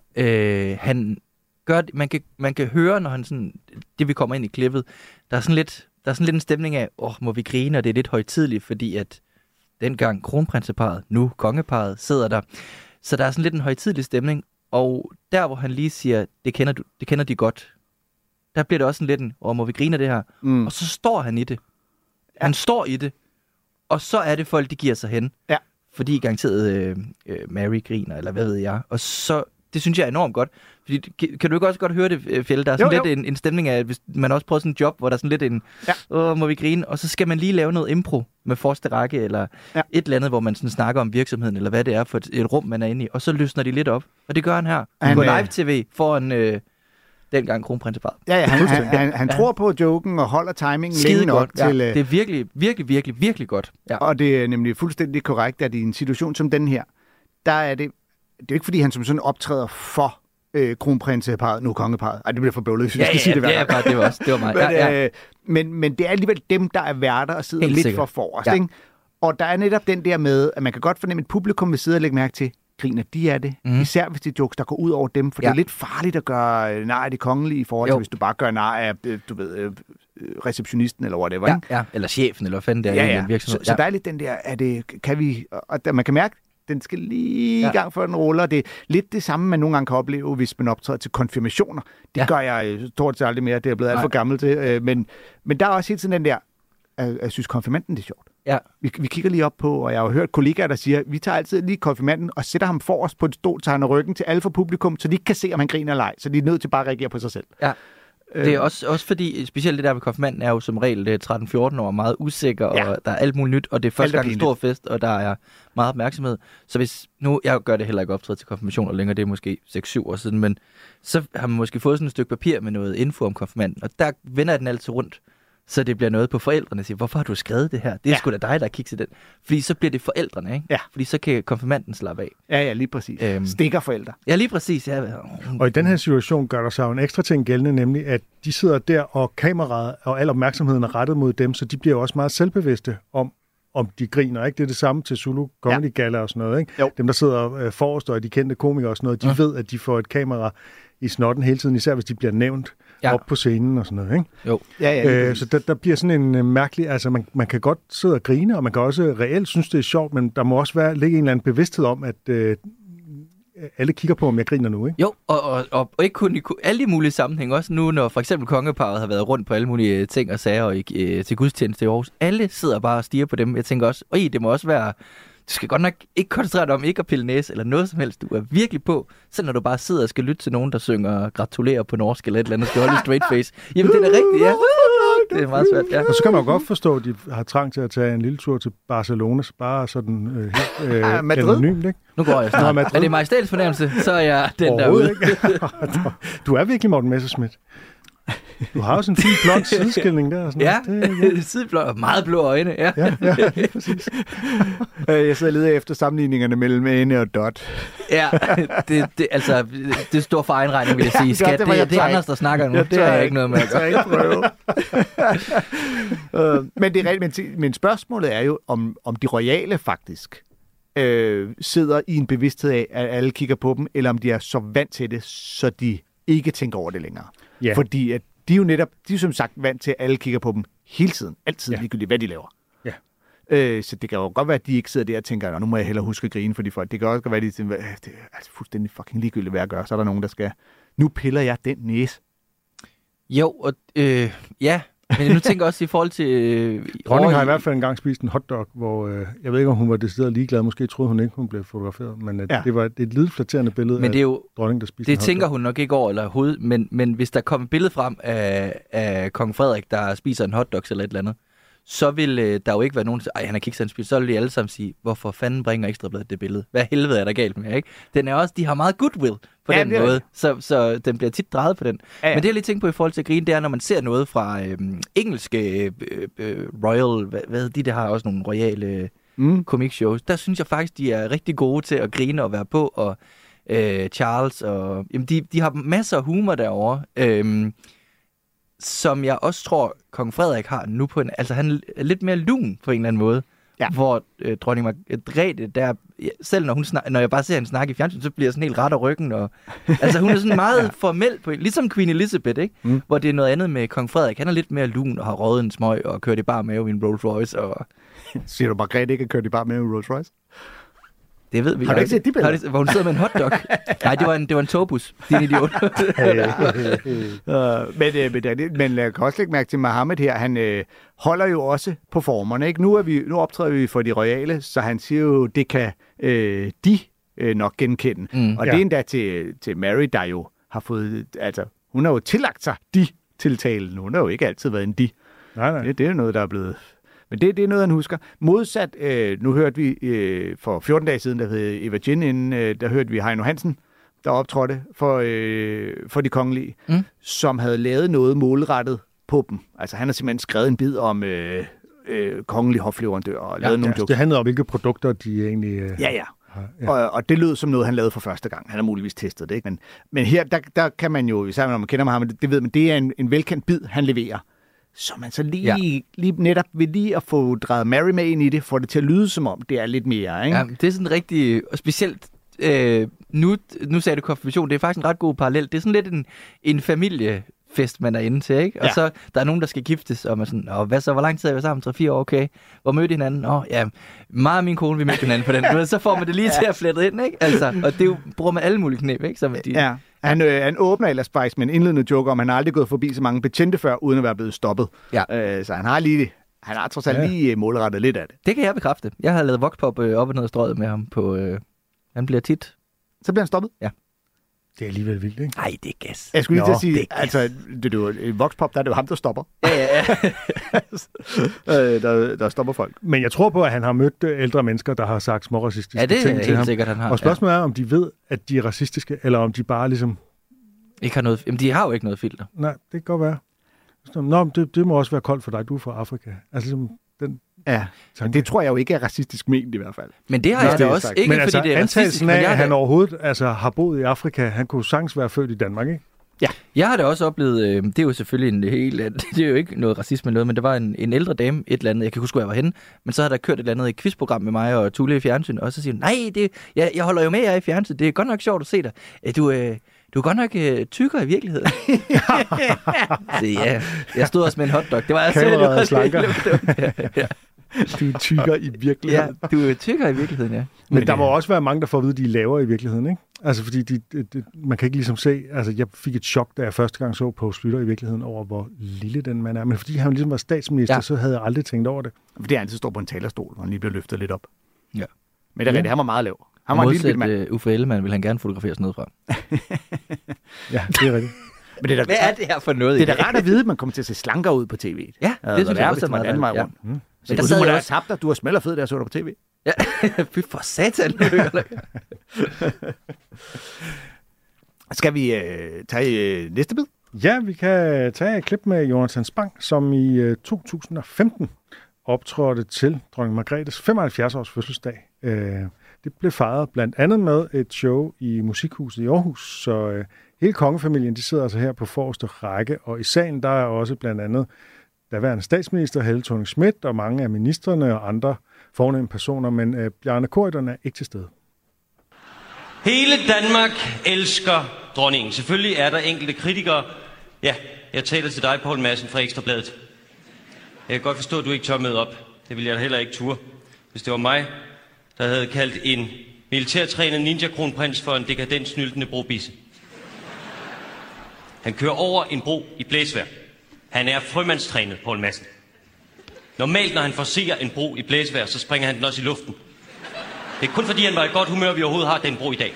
Speaker 5: Han gør, man kan høre, når han sådan, det vi kommer ind i klippet, der er sådan lidt en stemning af, må vi grine, og det er lidt højtideligt, fordi at dengang kronprinseparret, nu kongeparret, sidder der. Så der er sådan lidt en højtidelig stemning, og der, hvor han lige siger, det kender de godt, der bliver det også sådan lidt en, må vi grine af det her? Og så står han i det. Han står i det, og så er det folk, de giver sig hen.
Speaker 4: Ja.
Speaker 5: Fordi garanteret Mary griner, eller hvad ved jeg. Og så, det synes jeg er enormt godt. Fordi, kan du ikke også godt høre det, Fjelle? Der er sådan lidt en stemning af, hvis man også prøver sådan en job, hvor der er sådan lidt en, må vi grine? Og så skal man lige lave noget impro med forreste række, eller et eller andet, hvor man sådan snakker om virksomheden, eller hvad det er for et rum, man er inde i. Og så løsner de lidt op. Og det gør han her. På live-tv foran dengang kronprinseparret.
Speaker 4: Ja, han tror på joken og holder timingen længe nok til...
Speaker 5: Det er virkelig, virkelig, virkelig, virkelig godt. Ja.
Speaker 4: Og det er nemlig fuldstændig korrekt, at i en situation som den her, der er det er ikke fordi, han som sådan optræder for kronprinseparret, nu kongeparret. Ej, det bliver for bøvlet, hvis jeg skal sige det hver gang.
Speaker 5: Ja, det var mig.
Speaker 4: Men det er alligevel dem, der er værter og sidder helt lidt sikkert for forrest. Ikke? Og der er netop den der med, at man kan godt fornemme, at publikum vil sidde og lægge mærke til, griner de af det. Især hvis det er jokes, der går ud over dem. For det er lidt farligt at gøre nar af de kongelige i forhold til, hvis du bare gør nar af, receptionisten eller whatever.
Speaker 5: Ja, ja. Eller chefen, eller hvad fanden det er i en virksomhed.
Speaker 4: Så der er lidt den der, kan vi... Og man kan mærke, den skal lige i gang for den ruller. Det er lidt det samme, man nogle gange kan opleve, hvis man optræder til konfirmationer. Det gør jeg stort set aldrig mere. Det er blevet alt for gammel til. Men der er også hele tiden den der, jeg synes konfirmanden det er sjovt. Ja. Vi kigger lige op på, og jeg har hørt kollegaer, der siger, vi tager altid lige konfirmanden og sætter ham forrest på en stol, tegner ryggen til alle for publikum, så de ikke kan se, om han griner eller ej. Så de er nødt til bare at reagere på sig selv. Ja.
Speaker 5: Det er også fordi, specielt det der med konfirmanden er jo som regel 13-14 år, meget usikker, og der er alt muligt nyt, og det er første gang en stor fest, og der er meget opmærksomhed. Så hvis nu, jeg gør det heller ikke optræde til konfirmationer længere, det er måske 6-7 år siden, men så har man måske fået sådan et stykke papir med noget info om konfirmanden, og der vender den altid rundt. Så det bliver noget på forældrene, siger, hvorfor har du skrevet det her? Det er sgu da dig, der kigger til den. Fordi så bliver det forældrene, ikke? Ja. Fordi så kan konfirmanden slappe af.
Speaker 4: Ja, lige præcis. Stikker forældre.
Speaker 5: Ja, lige præcis. Ja.
Speaker 3: Og i den her situation gør der sig jo en ekstra ting gældende, nemlig at de sidder der, og kameraet og al opmærksomheden er rettet mod dem, så de bliver jo også meget selvbevidste om de griner, ikke? Det er det samme til Zulu Comedy Galla og sådan noget, ikke? Jo. Dem, der sidder forrest, og de kendte komikere og sådan noget, de ved, at de får et kamera i snotten hele tiden, især hvis de bliver nævnt op på scenen og sådan noget, ikke?
Speaker 5: Jo.
Speaker 3: Så der bliver sådan en mærkelig, altså man kan godt sidde og grine, og man kan også reelt synes, det er sjovt, men der må også ligge en eller anden bevidsthed om, at alle kigger på, om jeg griner nu, ikke?
Speaker 5: Jo, og ikke kun i alle de mulige sammenhæng, også nu, når for eksempel kongeparret har været rundt på alle mulige ting og sager og til gudstjeneste i Aarhus. Alle sidder bare og stiger på dem. Jeg tænker også, det må også være... Du skal godt nok ikke koncentrere dig om ikke at pille næse eller noget som helst. Du er virkelig på, selv når du bare sidder og skal lytte til nogen, der synger gratulerer på norsk eller et eller andet, skal holde straight face. Jamen, det er da rigtigt, ja. Det er meget svært, ja.
Speaker 3: Og så kan man jo godt forstå, at de har trang til at tage en lille tur til Barcelona, bare sådan helt anonymt, ikke?
Speaker 5: Nu går jeg snart. Er det majestæts fornemmelse, så er jeg den derude.
Speaker 3: Du er virkelig Morten Messerschmidt. Du har jo sådan en fin blond sideskilning der. Sådan
Speaker 5: sideblond og meget blå øjne. Ja,
Speaker 3: præcis.
Speaker 4: Jeg sidder og leder efter sammenligningerne mellem Ane og Dot.
Speaker 5: Ja, det står for egen regning, vil jeg sige. Skat, det er Anders, der snakker nu. Det er ikke noget med at gøre.
Speaker 4: Jeg prøve. Men det er rigtigt. Men spørgsmålet er jo, om de royale faktisk sidder i en bevidsthed af, at alle kigger på dem, eller om de er så vant til det, så de ikke tænker over det længere. Yeah. Fordi at de er jo netop, som sagt vant til, at alle kigger på dem hele tiden. Altid ligegyldigt, hvad de laver. Så det kan jo godt være, at de ikke sidder der og tænker, nu må jeg hellere huske at grine for de folk. Det kan også godt være, at de tænker, det er altså fuldstændig fucking ligegyldigt, hvad jeg gør. Så er der nogen, der skal, nu piller jeg den næse.
Speaker 5: Jo, og ja, men nu tænker jeg også i forhold til...
Speaker 3: Dronningen har i hvert fald engang spist en hotdog, hvor jeg ved ikke, om hun var decideret ligeglad. Måske troede hun ikke, hun blev fotograferet. Men det var et lidt flatterende billede
Speaker 5: men det er jo,
Speaker 3: af dronningen, der spiste
Speaker 5: det
Speaker 3: en hotdog.
Speaker 5: tænker hun nok ikke over eller overhovedet, men hvis der kom et billede frem af kong Frederik, der spiser en hotdog eller et eller andet, så vil der jo ikke være nogen, der siger, han har kikset spist. Så vil de alle sammen sige, hvorfor fanden bringer Ekstrabladet det billede? Hvad helvede er der galt med, ikke? Den er også, de har meget goodwill på den måde, så den bliver tit drejet på den. Ja. Men det jeg lige tænker på i forhold til at grine, det er, når man ser noget fra engelske royal, hvad de der har også nogle royale comic-shows, der synes jeg faktisk, de er rigtig gode til at grine og være på, og Charles, og jamen, de har masser af humor derovre. Som jeg også tror, kong Frederik har nu på altså han er lidt mere lun på en eller anden måde. Ja. Hvor dronning Margrethe, der, selv når jeg bare ser hende snakke i fjernsyn, så bliver jeg sådan helt ret af ryggen. Og, altså hun er sådan meget formel, ligesom Queen Elizabeth, ikke? Hvor det er noget andet med kong Frederik. Han er lidt mere lun og har røget en smøg og kørt i bar mave i en Rolls Royce. Og...
Speaker 4: Siger du Margrethe ikke har kørt i bar mave i en Rolls Royce?
Speaker 5: Det ved vi.
Speaker 4: Har du ikke set de billeder?
Speaker 5: Hvor hun sidder med en hotdog. Nej, det var en togbus. Det er en idiot.
Speaker 4: Men jeg kan også lægge mærke til Mohammed her. Han holder jo også på formerne. Ikke? Nu optræder vi for de royale, så han siger jo, det kan de nok genkende. Og det er endda til Mary, der jo har fået... Altså, hun har jo tillagt sig de-tiltalen. Hun har jo ikke altid været en de.
Speaker 3: Nej.
Speaker 4: Det er noget, der er blevet... Men det er noget, han husker. Modsat, nu hørte vi for 14 dage siden, der hed Eva Jin, inden, der hørte vi Heino Hansen, der optrådte for de kongelige, som havde lavet noget målrettet på dem. Altså han har simpelthen skrevet en bid om kongelige hofleverandører og lavet nogle jokes.
Speaker 3: Det handlede om, hvilke produkter de egentlig...
Speaker 4: Ja. Og det lød som noget, han lavede for første gang. Han har muligvis testet det, ikke? Men her, der kan man jo, især når man kender ham, det ved man, det er en velkendt bid, han leverer. Så man så lige netop vil lige at få drejet Mary med ind i det, får det til at lyde som om, det er lidt mere, ikke?
Speaker 5: Ja, det er sådan rigtig, og specielt, nu sagde du konfirmation, det er faktisk en ret god parallel. Det er sådan lidt en familiefest, man er inde til, ikke? Og så der er nogen, der skal giftes, og man sådan, hvad så, hvor lang tid er vi sammen? 3-4 år, okay. Hvor mødte hinanden? Meget af min kone, vi mødte hinanden på den. Så får man det lige til at flette ind, ikke? Altså, og det bruger man alle mulige knep, ikke? Så
Speaker 4: Han åbner ellers faktisk med en indledende joke om, han har aldrig gået forbi så mange betjente før, uden at være blevet stoppet. Ja. Så han har trods alt lige målrettet lidt af det.
Speaker 5: Det kan jeg bekræfte. Jeg har lavet voxpop op og ned og strøget med ham på... han bliver tit...
Speaker 4: Så bliver han stoppet?
Speaker 5: Ja.
Speaker 3: Det er alligevel vildt, ikke?
Speaker 5: Nej, det er gas.
Speaker 4: Jeg skulle lige til at sige, altså, i voxpop, der er det jo ham, der stopper.
Speaker 5: Ja.
Speaker 4: der stopper folk.
Speaker 3: Men jeg tror på, at han har mødt ældre mennesker, der har sagt småracistiske ting til ham. Ja, det er helt sikkert, han har. Og spørgsmålet er, om de ved, at de er racistiske, eller om de bare ligesom...
Speaker 5: Ikke har noget... Jamen, de har jo ikke noget filter.
Speaker 3: Nej, det kan godt være. Nå, det må også være koldt for dig, du er fra Afrika. Altså ligesom den...
Speaker 4: Ja, det tror jeg jo ikke er racistisk ment i hvert fald.
Speaker 5: Men det har jeg da også. Ikke
Speaker 3: men
Speaker 5: fordi
Speaker 3: altså,
Speaker 5: det er racistisk. Men
Speaker 3: han overhovedet har boet i Afrika, han kunne sagtens være født i Danmark, ikke?
Speaker 5: Ja. Jeg har da også oplevet, det er jo selvfølgelig det er jo ikke noget racisme noget, men der var en ældre dame, et eller andet, jeg kan huske, hvor jeg var henne, men så havde der kørt et eller andet quizprogram med mig og Tulle i fjernsyn, og så siger hun, nej, jeg holder jo med jer i fjernsyn, det er godt nok sjovt at se dig. Du er godt nok tykkere i virkeligheden. Så ja, jeg stod også med en hotdog. Det var altså
Speaker 3: kameraet slanker.
Speaker 5: Ja.
Speaker 3: Du er tykkere i virkeligheden.
Speaker 5: Ja, du er tykkere i virkeligheden, ja.
Speaker 3: Men der må også være mange, der får at vide, at de er lavere i virkeligheden, ikke? Altså, fordi man kan ikke ligesom se... Altså, jeg fik et chok, da jeg første gang så Poul Schlüter i virkeligheden over, hvor lille den mand er. Men fordi han ligesom var statsminister, så havde jeg aldrig tænkt over det.
Speaker 4: Fordi han altid står på en talerstol, hvor han lige bliver løftet lidt op.
Speaker 5: Ja.
Speaker 4: Men det er rigtigt, han var meget lav. Han var en lille mand.
Speaker 5: Uffe Ellemann vil han gerne fotograferes ned fra.
Speaker 3: Ja, det er rigtigt.
Speaker 5: Men det hvad er det her for noget?
Speaker 4: Det er da rart at vide, at man kommer til at se slankere ud på tv.
Speaker 5: Ja, det synes jeg også er meget
Speaker 4: rart. Ja. Men du må da have tabt dig. Du har smellet fed, da jeg så dig på tv.
Speaker 5: Ja, fy for satan.
Speaker 4: Skal vi tage næste bid?
Speaker 3: Ja, vi kan tage et klip med Jonathan Spang, som i 2015 optrådte til dronning Margrethes 75-års fødselsdag. Det blev fejret blandt andet med et show i Musikhuset i Aarhus, så hele kongefamilien de sidder altså her på forreste række, og i salen der er også blandt andet daværende statsminister Helle Thorning-Schmidt og mange af ministerne og andre fornemme personer, men Bjarne Corydon er ikke til stede.
Speaker 7: Hele Danmark elsker dronningen. Selvfølgelig er der enkelte kritikere. Ja, jeg taler til dig, Poul Madsen fra Ekstrabladet. Jeg kan godt forstå, at du ikke tør møde op. Det ville jeg heller ikke ture, hvis det var mig, der havde kaldt en militærtrænet ninja-kronprins for en dekadent snyltende brobisse. Han kører over en bro i blæsvejr. Han er frømandstrænet, Poul Madsen. Normalt, når han forser en bro i blæsvejr, så springer han den også i luften. Det er kun fordi, han var i godt humør, vi overhovedet har den bro i dag.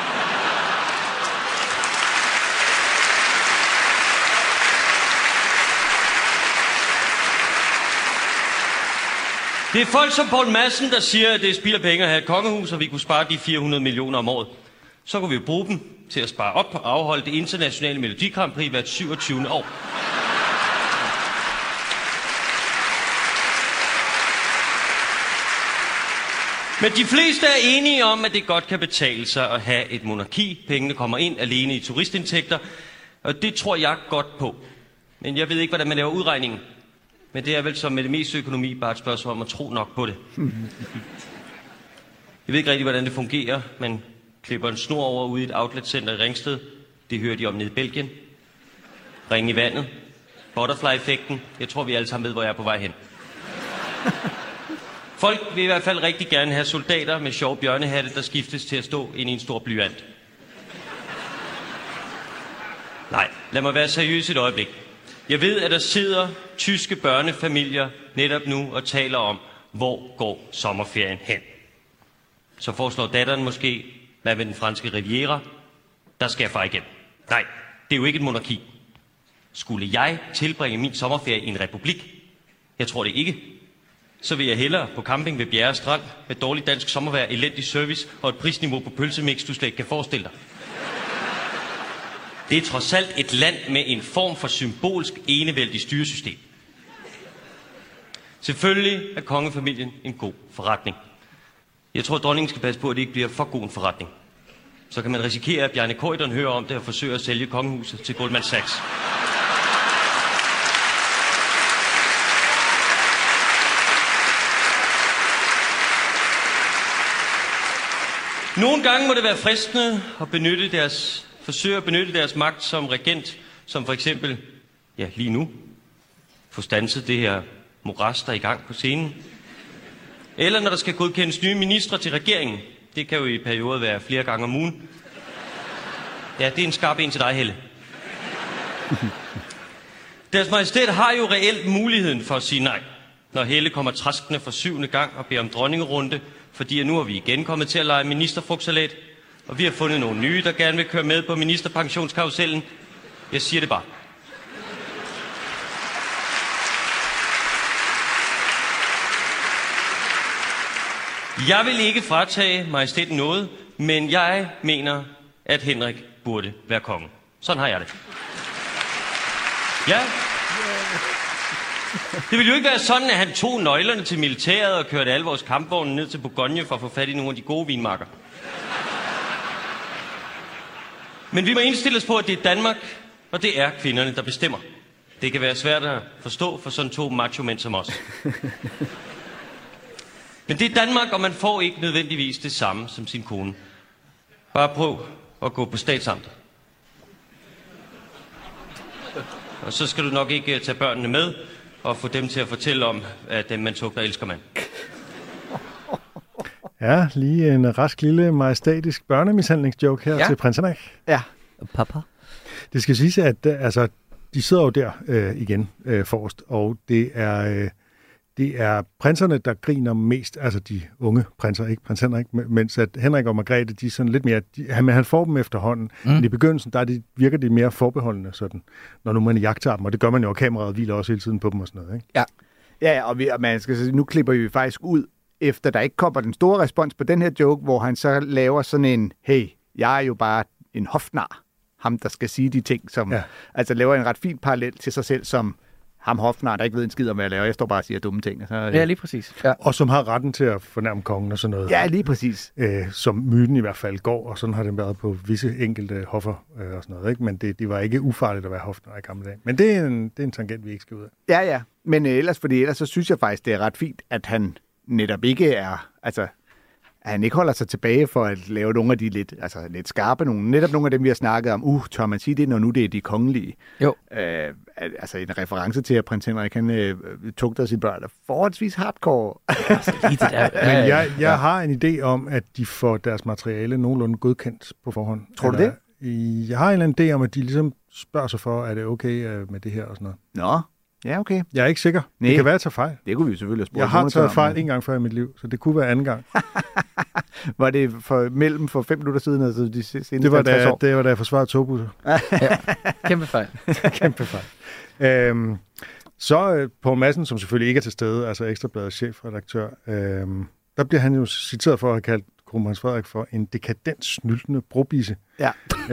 Speaker 7: Det er folk som Poul Madsen, der siger, at det er spild af penge at have et kongehus, og vi kunne spare de 400 millioner om året. Så kunne vi bruge dem til at spare op og afholde det internationale Melodi Grand Prix hvert 27. år. Men de fleste er enige om, at det godt kan betale sig at have et monarki. Pengene kommer ind alene i turistindtægter, og det tror jeg godt på. Men jeg ved ikke, hvordan man laver udregningen. Men det er vel som med det meste økonomi bare et spørgsmål om at tro nok på det. Jeg ved ikke rigtig, hvordan det fungerer. Man klipper en snor over ude i et outletcenter i Ringsted. Det hører de om nede i Belgien. Ring i vandet. Butterfly-effekten. Jeg tror, vi alle sammen ved, hvor jeg er på vej hen. Folk vil i hvert fald rigtig gerne have soldater med sjove bjørnehatte, der skiftes til at stå ind i en stor blyant. Nej, lad mig være seriøs et øjeblik. Jeg ved, at der sidder tyske børnefamilier netop nu og taler om, hvor går sommerferien hen. Så foreslår datteren måske, hvad med den franske Riviera? Der skal jeg fare igen. Nej, det er jo ikke et monarki. Skulle jeg tilbringe min sommerferie i en republik? Jeg tror det ikke. Så vil jeg hellere på camping ved Bjerre Strand med dårlig dansk sommervejr, elendig service og et prisniveau på pølsemix, du slet ikke kan forestille dig. Det er trods alt et land med en form for symbolsk enevældig styresystem. Selvfølgelig er kongefamilien en god forretning. Jeg tror, at dronningen skal passe på, at det ikke bliver for god en forretning. Så kan man risikere, at Bjarne Corydon hører om det og forsøger at sælge kongehuset til Goldman Sachs. Nogle gange må det være fristende at forsøge at benytte deres magt som regent, som for eksempel, ja lige nu, få standset det her moras, der er i gang på scenen. Eller når der skal godkendes nye ministre til regeringen. Det kan jo i perioder være flere gange om ugen. Ja, det er en skarp en til dig, Helle. Deres Majestæt har jo reelt muligheden for at sige nej, når Helle kommer traskende for 7. gang og beder om dronningerunde, fordi nu er vi igen kommet til at lege ministerfrugtsalat, og vi har fundet nogle nye, der gerne vil køre med på ministerpensionskarusellen. Jeg siger det bare. Jeg vil ikke fratage majestæten noget, men jeg mener, at Henrik burde være konge. Sådan har jeg det. Ja. Det ville jo ikke være sådan, at han tog nøglerne til militæret og kørte alle vores kampvogne ned til Bourgogne for at få fat i nogle af de gode vinmarker. Men vi må indstille os på, at det er Danmark, og det er kvinderne, der bestemmer. Det kan være svært at forstå for sådan to macho-mænd som os. Men det er Danmark, og man får ikke nødvendigvis det samme som sin kone. Bare prøv at gå på statsamtet. Og så skal du nok ikke tage børnene med og få dem til at fortælle om, at dem man tugter elsker man.
Speaker 3: Ja, lige en rask lille majestætisk børnemishandlingsjoke her til prins Henrik.
Speaker 4: Ja.
Speaker 5: Papa.
Speaker 3: Det skal siges, at altså, de sidder jo der igen forrest, og det er prinserne, der griner mest, altså de unge prinser, ikke prins Henrik, mens at Henrik og Margrethe, de er sådan lidt mere, han får dem efterhånden, men i begyndelsen, virker de mere forbeholdende sådan, når nu man jagter dem, og det gør man jo, og kameraet hviler også hele tiden på dem og sådan noget, ikke?
Speaker 4: Ja. Ja, og man skal sige, nu klipper vi faktisk ud, efter der ikke kommer den store respons på den her joke, hvor han så laver sådan en, hey, jeg er jo bare en hofnar, ham der skal sige de ting, som, altså laver en ret fin parallel til sig selv, som ham hofnar, der ikke ved en skid om, hvad jeg laver. Jeg står bare og siger dumme ting. Så,
Speaker 5: ja, lige præcis. Ja.
Speaker 3: Og som har retten til at fornærme kongen og sådan noget.
Speaker 4: Ja, lige præcis.
Speaker 3: Som myten i hvert fald går, og sådan har det været på visse enkelte hoffer og sådan noget. Ikke? Men det var ikke ufarligt at være hofnar i gamle dage. Men det er en tangent, vi ikke skal ud af.
Speaker 4: Ja. Men ellers så synes jeg faktisk, det er ret fint, at han netop ikke er, altså, at han ikke holder sig tilbage for at lave nogle af de lidt skarpe nogle. Netop nogle af dem, vi har snakket om. Tør man sige det, når nu det er de kongelige?
Speaker 5: Jo.
Speaker 4: Altså en reference til, at prins Henrik, han tugter sine børn. Forholdsvis hardcore.
Speaker 5: Lige det der.
Speaker 3: Men jeg har en idé om, at de får deres materiale nogenlunde godkendt på forhånd.
Speaker 4: Tror du det?
Speaker 3: Jeg har en eller anden idé om, at de ligesom spørger sig for, er det okay med det her og sådan noget.
Speaker 4: Nå, ja, okay.
Speaker 3: Jeg er ikke sikker. Nej. Det kan være, at jeg tager fejl.
Speaker 4: Det kunne vi jo selvfølgelig spørge.
Speaker 3: Jeg har taget fejl en gang før i mit liv, så det kunne være anden gang.
Speaker 4: Var det for 5 minutter siden, altså de seneste
Speaker 3: det var, da jeg forsvarede togbusser.
Speaker 5: Ja. Kæmpe fejl.
Speaker 3: Kæmpe fejl. Så Poul Madsen, som selvfølgelig ikke er til stede, altså Ekstrabladets chefredaktør, der bliver han jo citeret for at have kaldt kronprins Frederik for en dekadent, snyltende brobisse.
Speaker 4: Ja.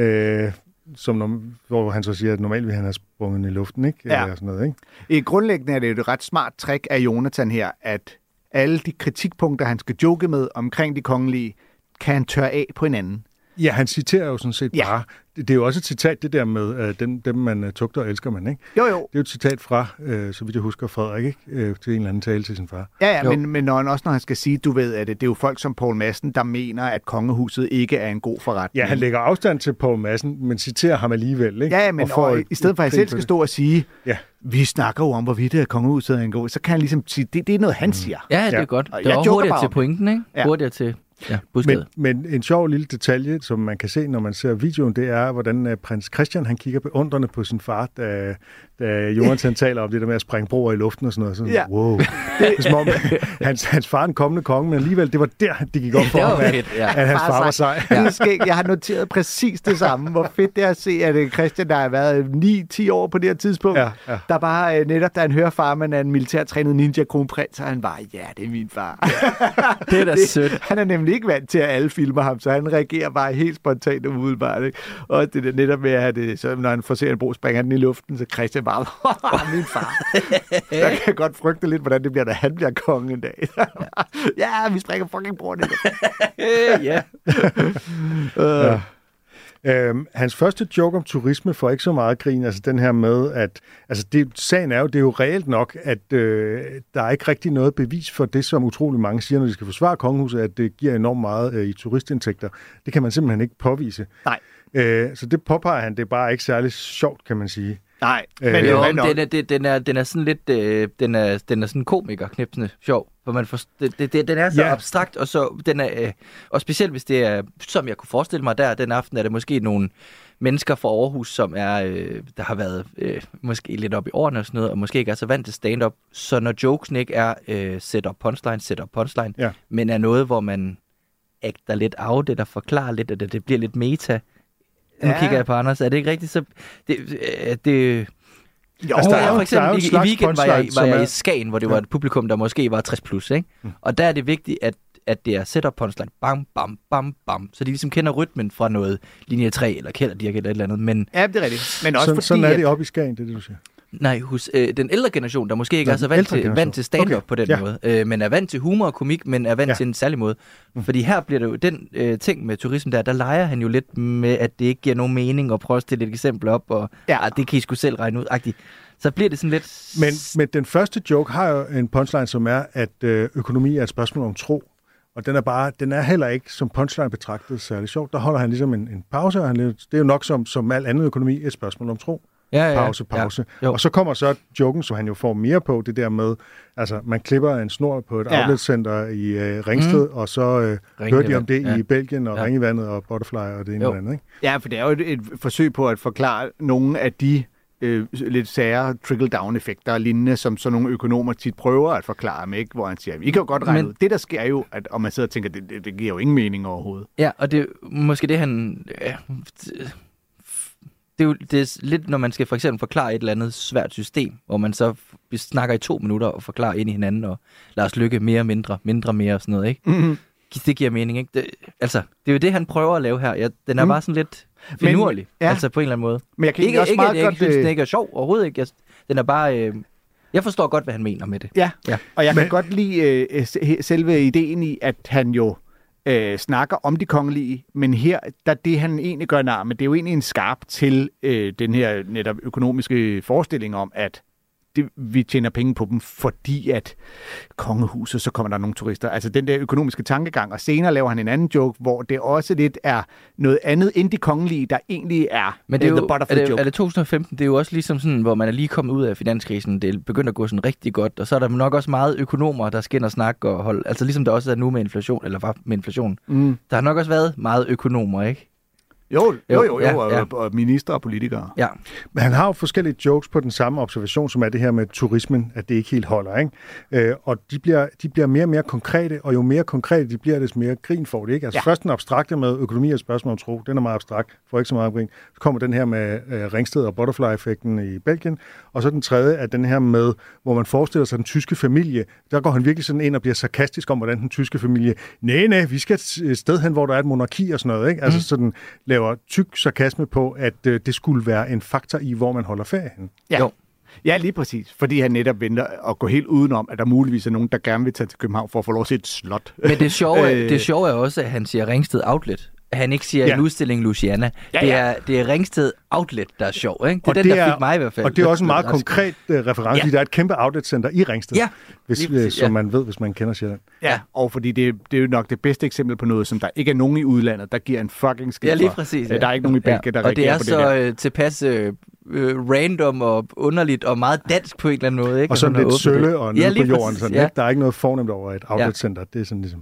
Speaker 3: Hvor han så siger, at normalt vil han have sprunget i luften, ikke?
Speaker 4: Ja.
Speaker 3: Eller sådan noget, ikke?
Speaker 4: Grundlæggende er det jo et ret smart trick af Jonathan her, at alle de kritikpunkter, han skal joke med omkring de kongelige, kan han tørre af på hinanden.
Speaker 3: Ja, han citerer jo sådan set bare. Det er jo også et citat, det der med, dem man tugter og elsker man, ikke?
Speaker 4: Jo.
Speaker 3: Det er jo et citat fra, så vidt jeg husker, Frederik, ikke? Til en eller anden tale til sin far.
Speaker 4: Ja, men når han skal sige, du ved, at det er jo folk som Poul Madsen, der mener, at kongehuset ikke er en god forretning.
Speaker 3: Ja, han lægger afstand til Poul Madsen, men citerer ham alligevel, ikke?
Speaker 4: Ja, men i stedet for at han selv skal stå og sige, vi snakker jo om, hvorvidt det er kongehuset er en god, så kan han ligesom sige, det er noget, han siger.
Speaker 5: Ja, det er godt. Det er hurtigere til pointen, ikke? Ja. Hurtigere til... Ja,
Speaker 3: men en sjov lille detalje, som man kan se, når man ser videoen, det er, hvordan prins Christian han kigger beundrende på sin far, da Jonathan taler om det der med at sprænge broer i luften og sådan noget. Sådan, wow. Det er som om, hans far er en kommende konge, men alligevel, det var der, det gik op for ham, at hans far var sej.
Speaker 4: Jeg har noteret præcis det samme. Hvor fedt det er at se, at Christian, der har været 9-10 år på det her tidspunkt, der bare netop, da han hører far, man er en militærtrænet ninja-kronprins, og han bare, det er min far.
Speaker 5: Det er da sødt.
Speaker 4: Han er nemlig ikke vant til, at alle filmer ham, så han reagerer bare helt spontant og umiddelbart. Ikke? Og det er netop med, at så, når han får set en bro, springer den i luften, så Christian bare, min far. Jeg kan godt frygte lidt, hvordan det bliver, da han bliver konge en dag. Vi springer fucking broen i luften.
Speaker 3: Hans første joke om turisme får ikke så meget grin, altså den her med, at sagen er jo, det er jo reelt nok, at der er ikke rigtig noget bevis for det, som utrolig mange siger, når de skal forsvare kongehuset, at det giver enormt meget i turistindtægter. Det kan man simpelthen ikke påvise.
Speaker 4: Nej.
Speaker 3: Så det påpeger han, det er bare ikke særlig sjovt, kan man sige.
Speaker 4: Nej,
Speaker 5: men den er sådan lidt, den er sådan komikerknipsende sjov, for man den er så abstrakt, og så den er, og specielt hvis det er, som jeg kunne forestille mig den aften, er det måske nogle mennesker fra Aarhus, som er, der har været måske lidt op i årene og sådan noget, og måske ikke er så vant til stand-up, så når jokesen ikke er set-up punchline, men er noget, hvor man ægter lidt af det, der forklarer lidt, at det bliver lidt meta. Nu kigger jeg på Anders. Er det ikke rigtigt? Så det
Speaker 3: Jo, altså,
Speaker 5: for eksempel i weekenden var jeg i Skagen, hvor det var et publikum, der måske var 60+, ikke? Og der er det vigtigt, at det er setup punchline. Bam, bam, bam, bam. Så de ligesom kender rytmen fra noget linje 3 eller Kælderdirk eller et eller andet. Men,
Speaker 4: ja, det er rigtigt. Men også
Speaker 3: sådan er det oppe i Skagen, det er det, du siger.
Speaker 5: Nej, hos den ældre generation, der måske ikke er så vant til stand-up på den måde, men er vant til humor og komik, men er vant til en særlig måde. Fordi her bliver det jo den ting med turismen der leger han jo lidt med, at det ikke giver nogen mening at prøve at stille et eksempel op, og det kan I sgu selv regne ud. Så bliver det sådan lidt...
Speaker 3: Men den første joke har jo en punchline, som er, at økonomi er et spørgsmål om tro. Og den er heller ikke som punchline betragtet særlig sjovt. Der holder han ligesom en pause, og det er jo nok som al anden økonomi et spørgsmål om tro. Pause. Ja, og så kommer så joken, som han jo får mere på, det der med, altså man klipper en snor på et outletcenter i Ringsted, og så hører de om det i Belgien, og Ringevandet og Butterfly og det ene eller andet, ikke?
Speaker 4: Ja, for det er jo et forsøg på at forklare nogle af de lidt sære trickle-down-effekter og lignende, som sådan nogle økonomer tit prøver at forklare med, ikke? Hvor han siger, vi kan jo godt regne ud. Det, der sker jo, at om man sidder og tænker, det giver jo ingen mening overhovedet.
Speaker 5: Ja, og det er måske det, han... Det er lidt, når man skal for eksempel forklare et eller andet svært system, hvor man så snakker i 2 minutter og forklarer ind i hinanden, og Lars Løkke mere, mindre, mere og sådan noget, ikke? Mm-hmm. Det giver mening, ikke? Det er jo det, han prøver at lave her. Den er bare sådan lidt finurlig, altså på en eller anden måde. Men jeg kan ikke også meget godt... synes, den ikke er sjov, overhovedet ikke. Den er bare... Jeg forstår godt, hvad han mener med det.
Speaker 4: Ja. Og jeg kan godt lide selve ideen i, at han jo snakker om de kongelige, men her, der det han egentlig gør men det er jo egentlig en skarp til den her netop økonomiske forestilling om, at vi tjener penge på dem, fordi at kongehuset, så kommer der nogle turister. Altså den der økonomiske tankegang, og senere laver han en anden joke, hvor det også lidt er noget andet end de kongelige, der egentlig er.
Speaker 5: Men det er
Speaker 4: the
Speaker 5: jo,
Speaker 4: butterfly joke.
Speaker 5: er det 2015, det er jo også ligesom sådan, hvor man er lige kommet ud af finanskrisen, det begynder at gå sådan rigtig godt, og så er der nok også meget økonomer, der skal ind og snakke og holde, altså ligesom der også er nu med inflation, eller var med inflation. Der har nok også været meget økonomer, ikke?
Speaker 4: Jo,
Speaker 5: Ja.
Speaker 4: og minister og politikere.
Speaker 5: Ja.
Speaker 3: Men han har jo forskellige jokes på den samme observation, som er det her med turismen, at det ikke helt holder, ikke? Og de bliver mere og mere konkrete, og jo mere konkrete de bliver, des mere grin får det, ikke? Altså først den abstrakte med økonomi og spørgsmål om tro, den er meget abstrakt, får ikke så meget grin. Så kommer den her med Ringsted og butterfly-effekten i Belgien, og så den tredje er den her med, hvor man forestiller sig den tyske familie. Der går han virkelig sådan ind og bliver sarkastisk om, hvordan den tyske familie, nej, vi skal et sted hen, hvor der er et monarki og sådan noget, ikke? Altså sådan laver tyk sarkasme på, at det skulle være en faktor i, hvor man holder ferie hen.
Speaker 4: Ja. Ja, lige præcis. Fordi han netop venter at gå helt udenom, at der muligvis er nogen, der gerne vil tage til København for at få lov til et slot.
Speaker 5: Men det sjove er også, at han siger Ringsted Outlet. At han ikke siger en udstilling Luciana. Ja. Det er Ringsted Outlet, der er sjov, ikke? Det er den, der fik mig i hvert fald.
Speaker 3: Og det er også en meget konkret reference. Ja. Der er et kæmpe outletcenter i Ringsted, som man ved, hvis man kender Sjælland.
Speaker 4: Ja, og fordi det er jo nok det bedste eksempel på noget, som der ikke er nogen i udlandet, der giver en fucking skid.
Speaker 5: Ja, lige præcis. Ja.
Speaker 4: Der er ikke nogen i Belgien, der reagerer på det der.
Speaker 5: Og det er så tilpas random og underligt og meget dansk på en eller anden måde, ikke?
Speaker 3: Og sådan lidt sølle og nede på jorden.
Speaker 5: Præcis,
Speaker 3: sådan, der er ikke noget fornemt over et outletcenter. Det er sådan ligesom...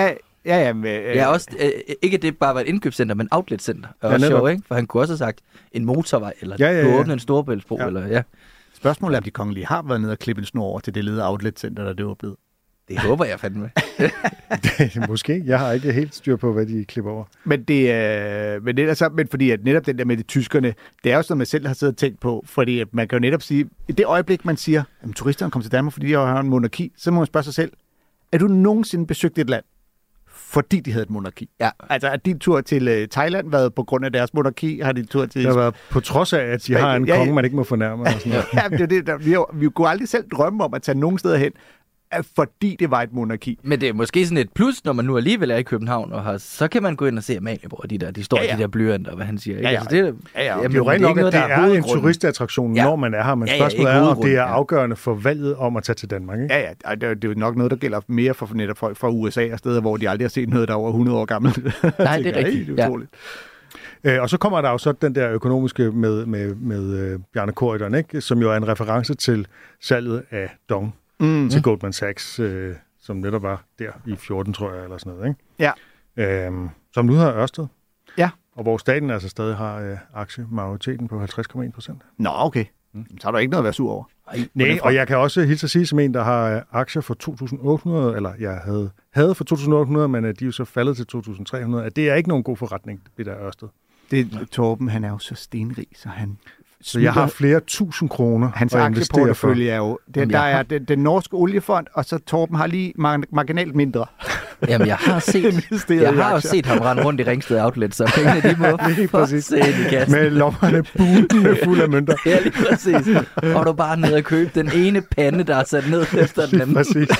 Speaker 5: Ja, også ikke det bare var et indkøbscenter, men outletcenter. Og også sjov, ikke? For han kunne også have sagt en motorvej, eller du åbner en storebæltsbro, eller
Speaker 4: Spørgsmålet er, om de kongelige har været nede og klippe en snor over til det lede outletcenter, der det var blevet.
Speaker 5: Det håber jeg fandme.
Speaker 3: Måske. Jeg har ikke helt styr på, hvad de klipper over.
Speaker 4: Men fordi at netop den der med de tyskerne, det er jo sådan, man selv har siddet og tænkt på, fordi at man kan jo netop sige, i det øjeblik, man siger, at turisterne kommer til Danmark, fordi de har en monarki, så må man spørge sig selv, er du nogensinde besøgt et land, fordi de havde et monarki?
Speaker 5: Ja.
Speaker 4: Altså, er din tur til Thailand været på grund af deres monarki? Har din tur til...
Speaker 3: Det har været på trods af, at de har en konge, man ikke må fornærme. Og sådan noget.
Speaker 4: Det er det. Vi kunne aldrig selv drømme om at tage nogen steder hen, fordi det var et monarki.
Speaker 5: Men det er måske sådan et plus, når man nu alligevel er i København, og så kan man gå ind og se Amalienborg, de står i de der blyanter, hvad han siger. Ikke? Altså, det
Speaker 3: er jo rent nok, at det er en turistattraktion, når man er her, men spørgsmålet er, om det er afgørende for valget om at tage til Danmark. Ikke?
Speaker 4: Ja, det er jo nok noget, der gælder mere for netop folk fra USA og steder, hvor de aldrig har set noget, der er over 100 år gammelt.
Speaker 5: Nej, det er rigtigt.
Speaker 4: Det er utroligt.
Speaker 3: Og så kommer der jo så den der økonomiske med Bjarne Corydon, ikke? Som jo er en reference til salget af Dong. Til Goldman Sachs, som netop var der i 14, tror jeg, eller sådan noget, ikke?
Speaker 4: Ja.
Speaker 3: Som nu har Ørsted.
Speaker 4: Ja.
Speaker 3: Og hvor staten altså stadig har aktiemajoriteten på 50,1%.
Speaker 4: Nå, okay. Så har du ikke noget at være sur over.
Speaker 3: Nej, og jeg kan også hilse at sige som en, der har aktier for 2.800, eller jeg havde for 2.800, men de er jo så faldet til 2.300, at det er ikke nogen god forretning, det der Ørsted.
Speaker 4: Torben, han er jo så stenrig, så han...
Speaker 3: Så jeg har flere tusind kroner.
Speaker 4: Hans aktieportefølje er jo... Der er den norske oliefond, og så Torben har lige marginalt mindre.
Speaker 5: Jamen, jeg har også set ham rende rundt i Ringsted Outlet, så pengene de må
Speaker 3: præcis i kassen. Med lommerne budende fuld af mønter.
Speaker 5: Ja, lige præcis. Og du bare ned og købe den ene pande, der er sat ned efter den anden.
Speaker 3: Præcis.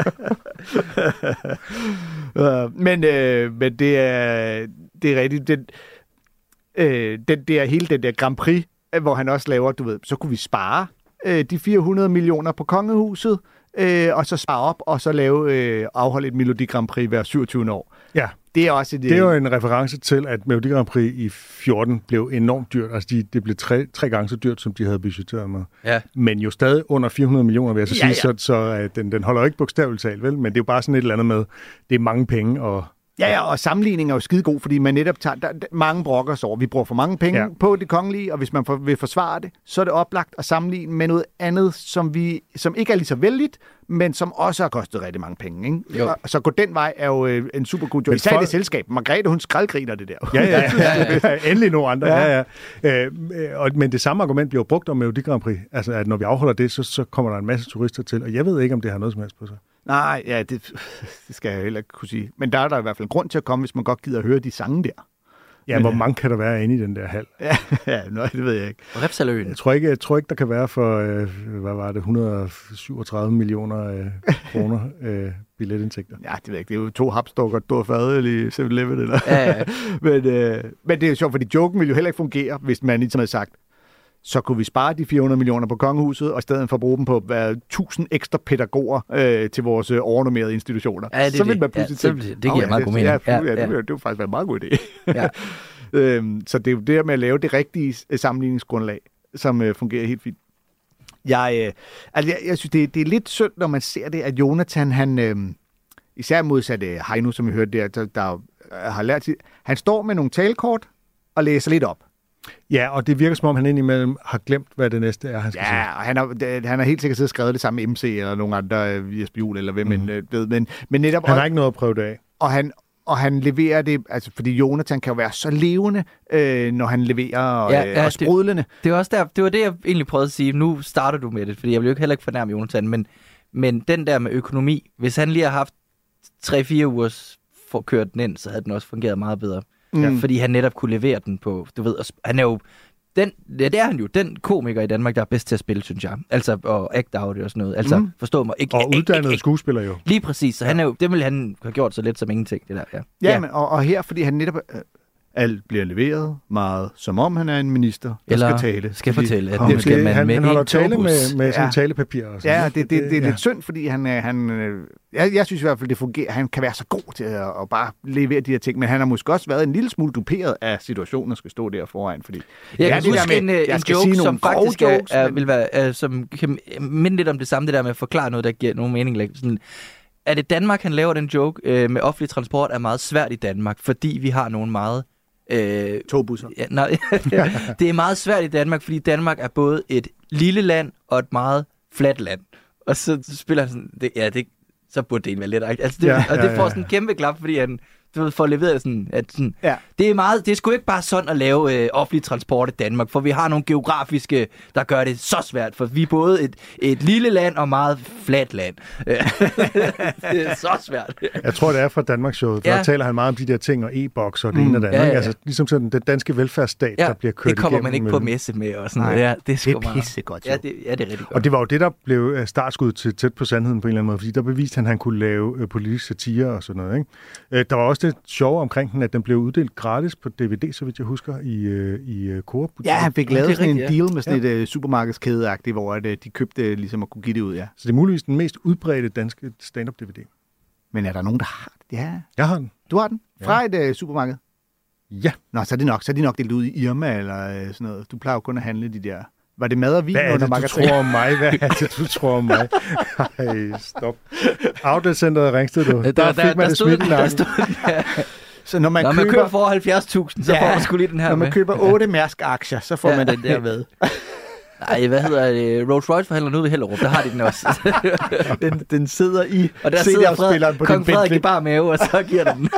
Speaker 4: Men det er rigtigt. Det er hele den der Grand Prix, hvor han også laver, du ved, så kunne vi spare de 400 millioner på kongehuset, og så spare op, og så afholde et Melodi Grand Prix hver 27. år.
Speaker 3: Ja,
Speaker 4: det er også
Speaker 3: det er jo en reference til, at Melodi Grand Prix i 14 blev enormt dyrt. Altså, det blev tre gange så dyrt, som de havde budgetteret med.
Speaker 5: Ja.
Speaker 3: Men jo stadig under 400 millioner, vil jeg så sige, så den holder jo ikke bogstaveligt talt, vel? Men det er jo bare sådan et eller andet med, det er mange penge, og...
Speaker 4: Ja, og sammenligningen er jo skide god, fordi man netop tager mange brokker sig over. Vi bruger for mange penge på det kongelige, og hvis man vil forsvare det, så er det oplagt at sammenligne med noget andet, som ikke er lige så vældigt, men som også har kostet rigtig mange penge. Ikke? Så gå den vej er jo en super god job. Især det selskab. Margrethe, hun skraldgriner det der.
Speaker 3: Ja. Endelig nogle andre. Ja. Men det samme argument bliver jo brugt om Melodi Grand Prix. Altså, at når vi afholder det, så kommer der en masse turister til, og jeg ved ikke, om det har noget som helst på sig.
Speaker 4: Nej, ja, det skal jeg heller ikke kunne sige. Men der er der i hvert fald en grund til at komme, hvis man godt gider at høre de sange der.
Speaker 3: Ja, hvor mange kan der være inde i den der hal?
Speaker 4: Ja, det ved jeg ikke.
Speaker 5: Repsaløen.
Speaker 3: Jeg tror ikke, der kan være for, hvad var det, 137 millioner kroner billetindtægter.
Speaker 4: Ja, det ved jeg ikke. Det er jo 2 hapsdukker, du har fadøl i 7-Eleven, eller?
Speaker 5: Ja.
Speaker 4: Men det er jo sjovt, fordi joken ville jo heller ikke fungere, hvis man ligesom havde sagt, så kunne vi spare de 400 millioner på kongehuset, og i stedet for at bruge dem på 1000 ekstra pædagoger til vores overnormerede institutioner.
Speaker 5: Ja,
Speaker 4: så vil man pludselig
Speaker 5: tænke, det giver meget god mening.
Speaker 4: Det vil faktisk være en meget god idé. Ja. Så det er jo det med at lave det rigtige sammenligningsgrundlag, som fungerer helt fint. Jeg synes, det er lidt synd, når man ser det, at Jonathan, han, især modsat Heino, som vi hørte der har lært, han står med nogle talekort og læser lidt op.
Speaker 3: Ja, og det virker som om, han indimellem har glemt, hvad det næste er, han skal sige.
Speaker 4: Ja, og han har helt sikkert siddet og skrevet det samme med MC eller nogle andre, Jesper Juhl eller hvem, men netop...
Speaker 3: Han har ikke noget at prøve det af.
Speaker 4: Og han leverer det, altså fordi Jonathan kan jo være så levende, når han leverer og sprudlende.
Speaker 5: Det var også der, det var det, jeg egentlig prøvede at sige. Nu starter du med det, fordi jeg vil jo heller ikke fornærme Jonathan, men den der med økonomi, hvis han lige har haft 3-4 ugers for kørt den ind, så havde den også fungeret meget bedre. Fordi han netop kunne levere den på, du ved, han er jo, det er han jo, den komiker i Danmark, der er bedst til at spille, synes jeg. Altså, og act out og sådan noget. Altså, forstå mig.
Speaker 3: Og uddannet skuespiller jo.
Speaker 5: Lige præcis, så han er jo, det ville han have gjort så let som ingenting, det der,
Speaker 4: ja. Men, og her, fordi han netop... Alt bliver leveret meget, som om han er en minister, der skal tale.
Speaker 5: Skal fortælle, at
Speaker 3: nu skal man med han holder tale med sin talepapir. Og sådan.
Speaker 4: Ja, det er lidt synd, fordi jeg synes i hvert fald, det fungerer. Han kan være så god til at bare levere de her ting, men han har måske også været en lille smule duperet af situationen, at skal stå der foran. Fordi
Speaker 5: jeg kan huske en joke, som faktisk vil være, som kan minde lidt om det samme, det der med at forklare noget, der giver nogen mening. Sådan, er det Danmark, han laver den joke med offentlig transport, er meget svært i Danmark, fordi vi har nogle meget...
Speaker 4: togbusser.
Speaker 5: Ja, nej, det er meget svært i Danmark, fordi Danmark er både et lille land og et meget fladt land. Og så spiller han sådan, så burde det være lidt. Altså det får sådan en kæmpe klap, fordi han får leveret sådan, at sådan, det er sgu ikke bare sådan at lave offentlig transport i Danmark, for vi har nogle geografiske, der gør det så svært, for vi er både et lille land og meget fladt land. Det er så svært.
Speaker 3: Jeg tror, det er fra Danmarks-showet, for der taler han meget om de der ting og e-boks og det ene og det andet. Altså ligesom sådan den danske velfærdsstat, der bliver kørt igennem.
Speaker 5: Det kommer man ikke på messe med og sådan noget.
Speaker 4: Det er pissegodt.
Speaker 5: Ja, det er rigtig godt.
Speaker 3: Og det var jo det, der blev startskud til tæt på sandheden på en eller anden måde, fordi der beviste han, at han kunne lave politisk satire og sådan noget. Ikke? Der var også det sjove omkring den, at den blev uddelt gratis på DVD, så vidt jeg husker, i Coop.
Speaker 4: Ja, han fik lavet sådan en deal med sådan et supermarkedskædeagtigt, hvor de købte ligesom at kunne give det ud, Så
Speaker 3: det er muligvis den mest udbredte danske stand-up-DVD.
Speaker 4: Men er der nogen, der har det? Ja.
Speaker 3: Jeg har den.
Speaker 4: Du har den? Fra et supermarked?
Speaker 3: Ja.
Speaker 4: Nå, så er de nok delt ud i Irma eller sådan noget. Du plejer jo kun at handle de der... Var det mad og vin
Speaker 3: under magasin? Hvad er det, du tror om mig? Hvad er det, du tror om mig? Ej, stop. Outlet-centeret i Ringsted, du. Der fik man det smidt i nakken.
Speaker 4: Så når man
Speaker 5: køber for 70.000, så får man sgu lige den her
Speaker 4: når man køber 8 Mærsk-aktier, så får man den der med.
Speaker 5: Nej, hvad hedder det? Rolls Royce forhandler nu ved Hellerup, der har de den også.
Speaker 4: den sidder i
Speaker 5: og der sidder Kong Frederik i bar mave, og så giver den.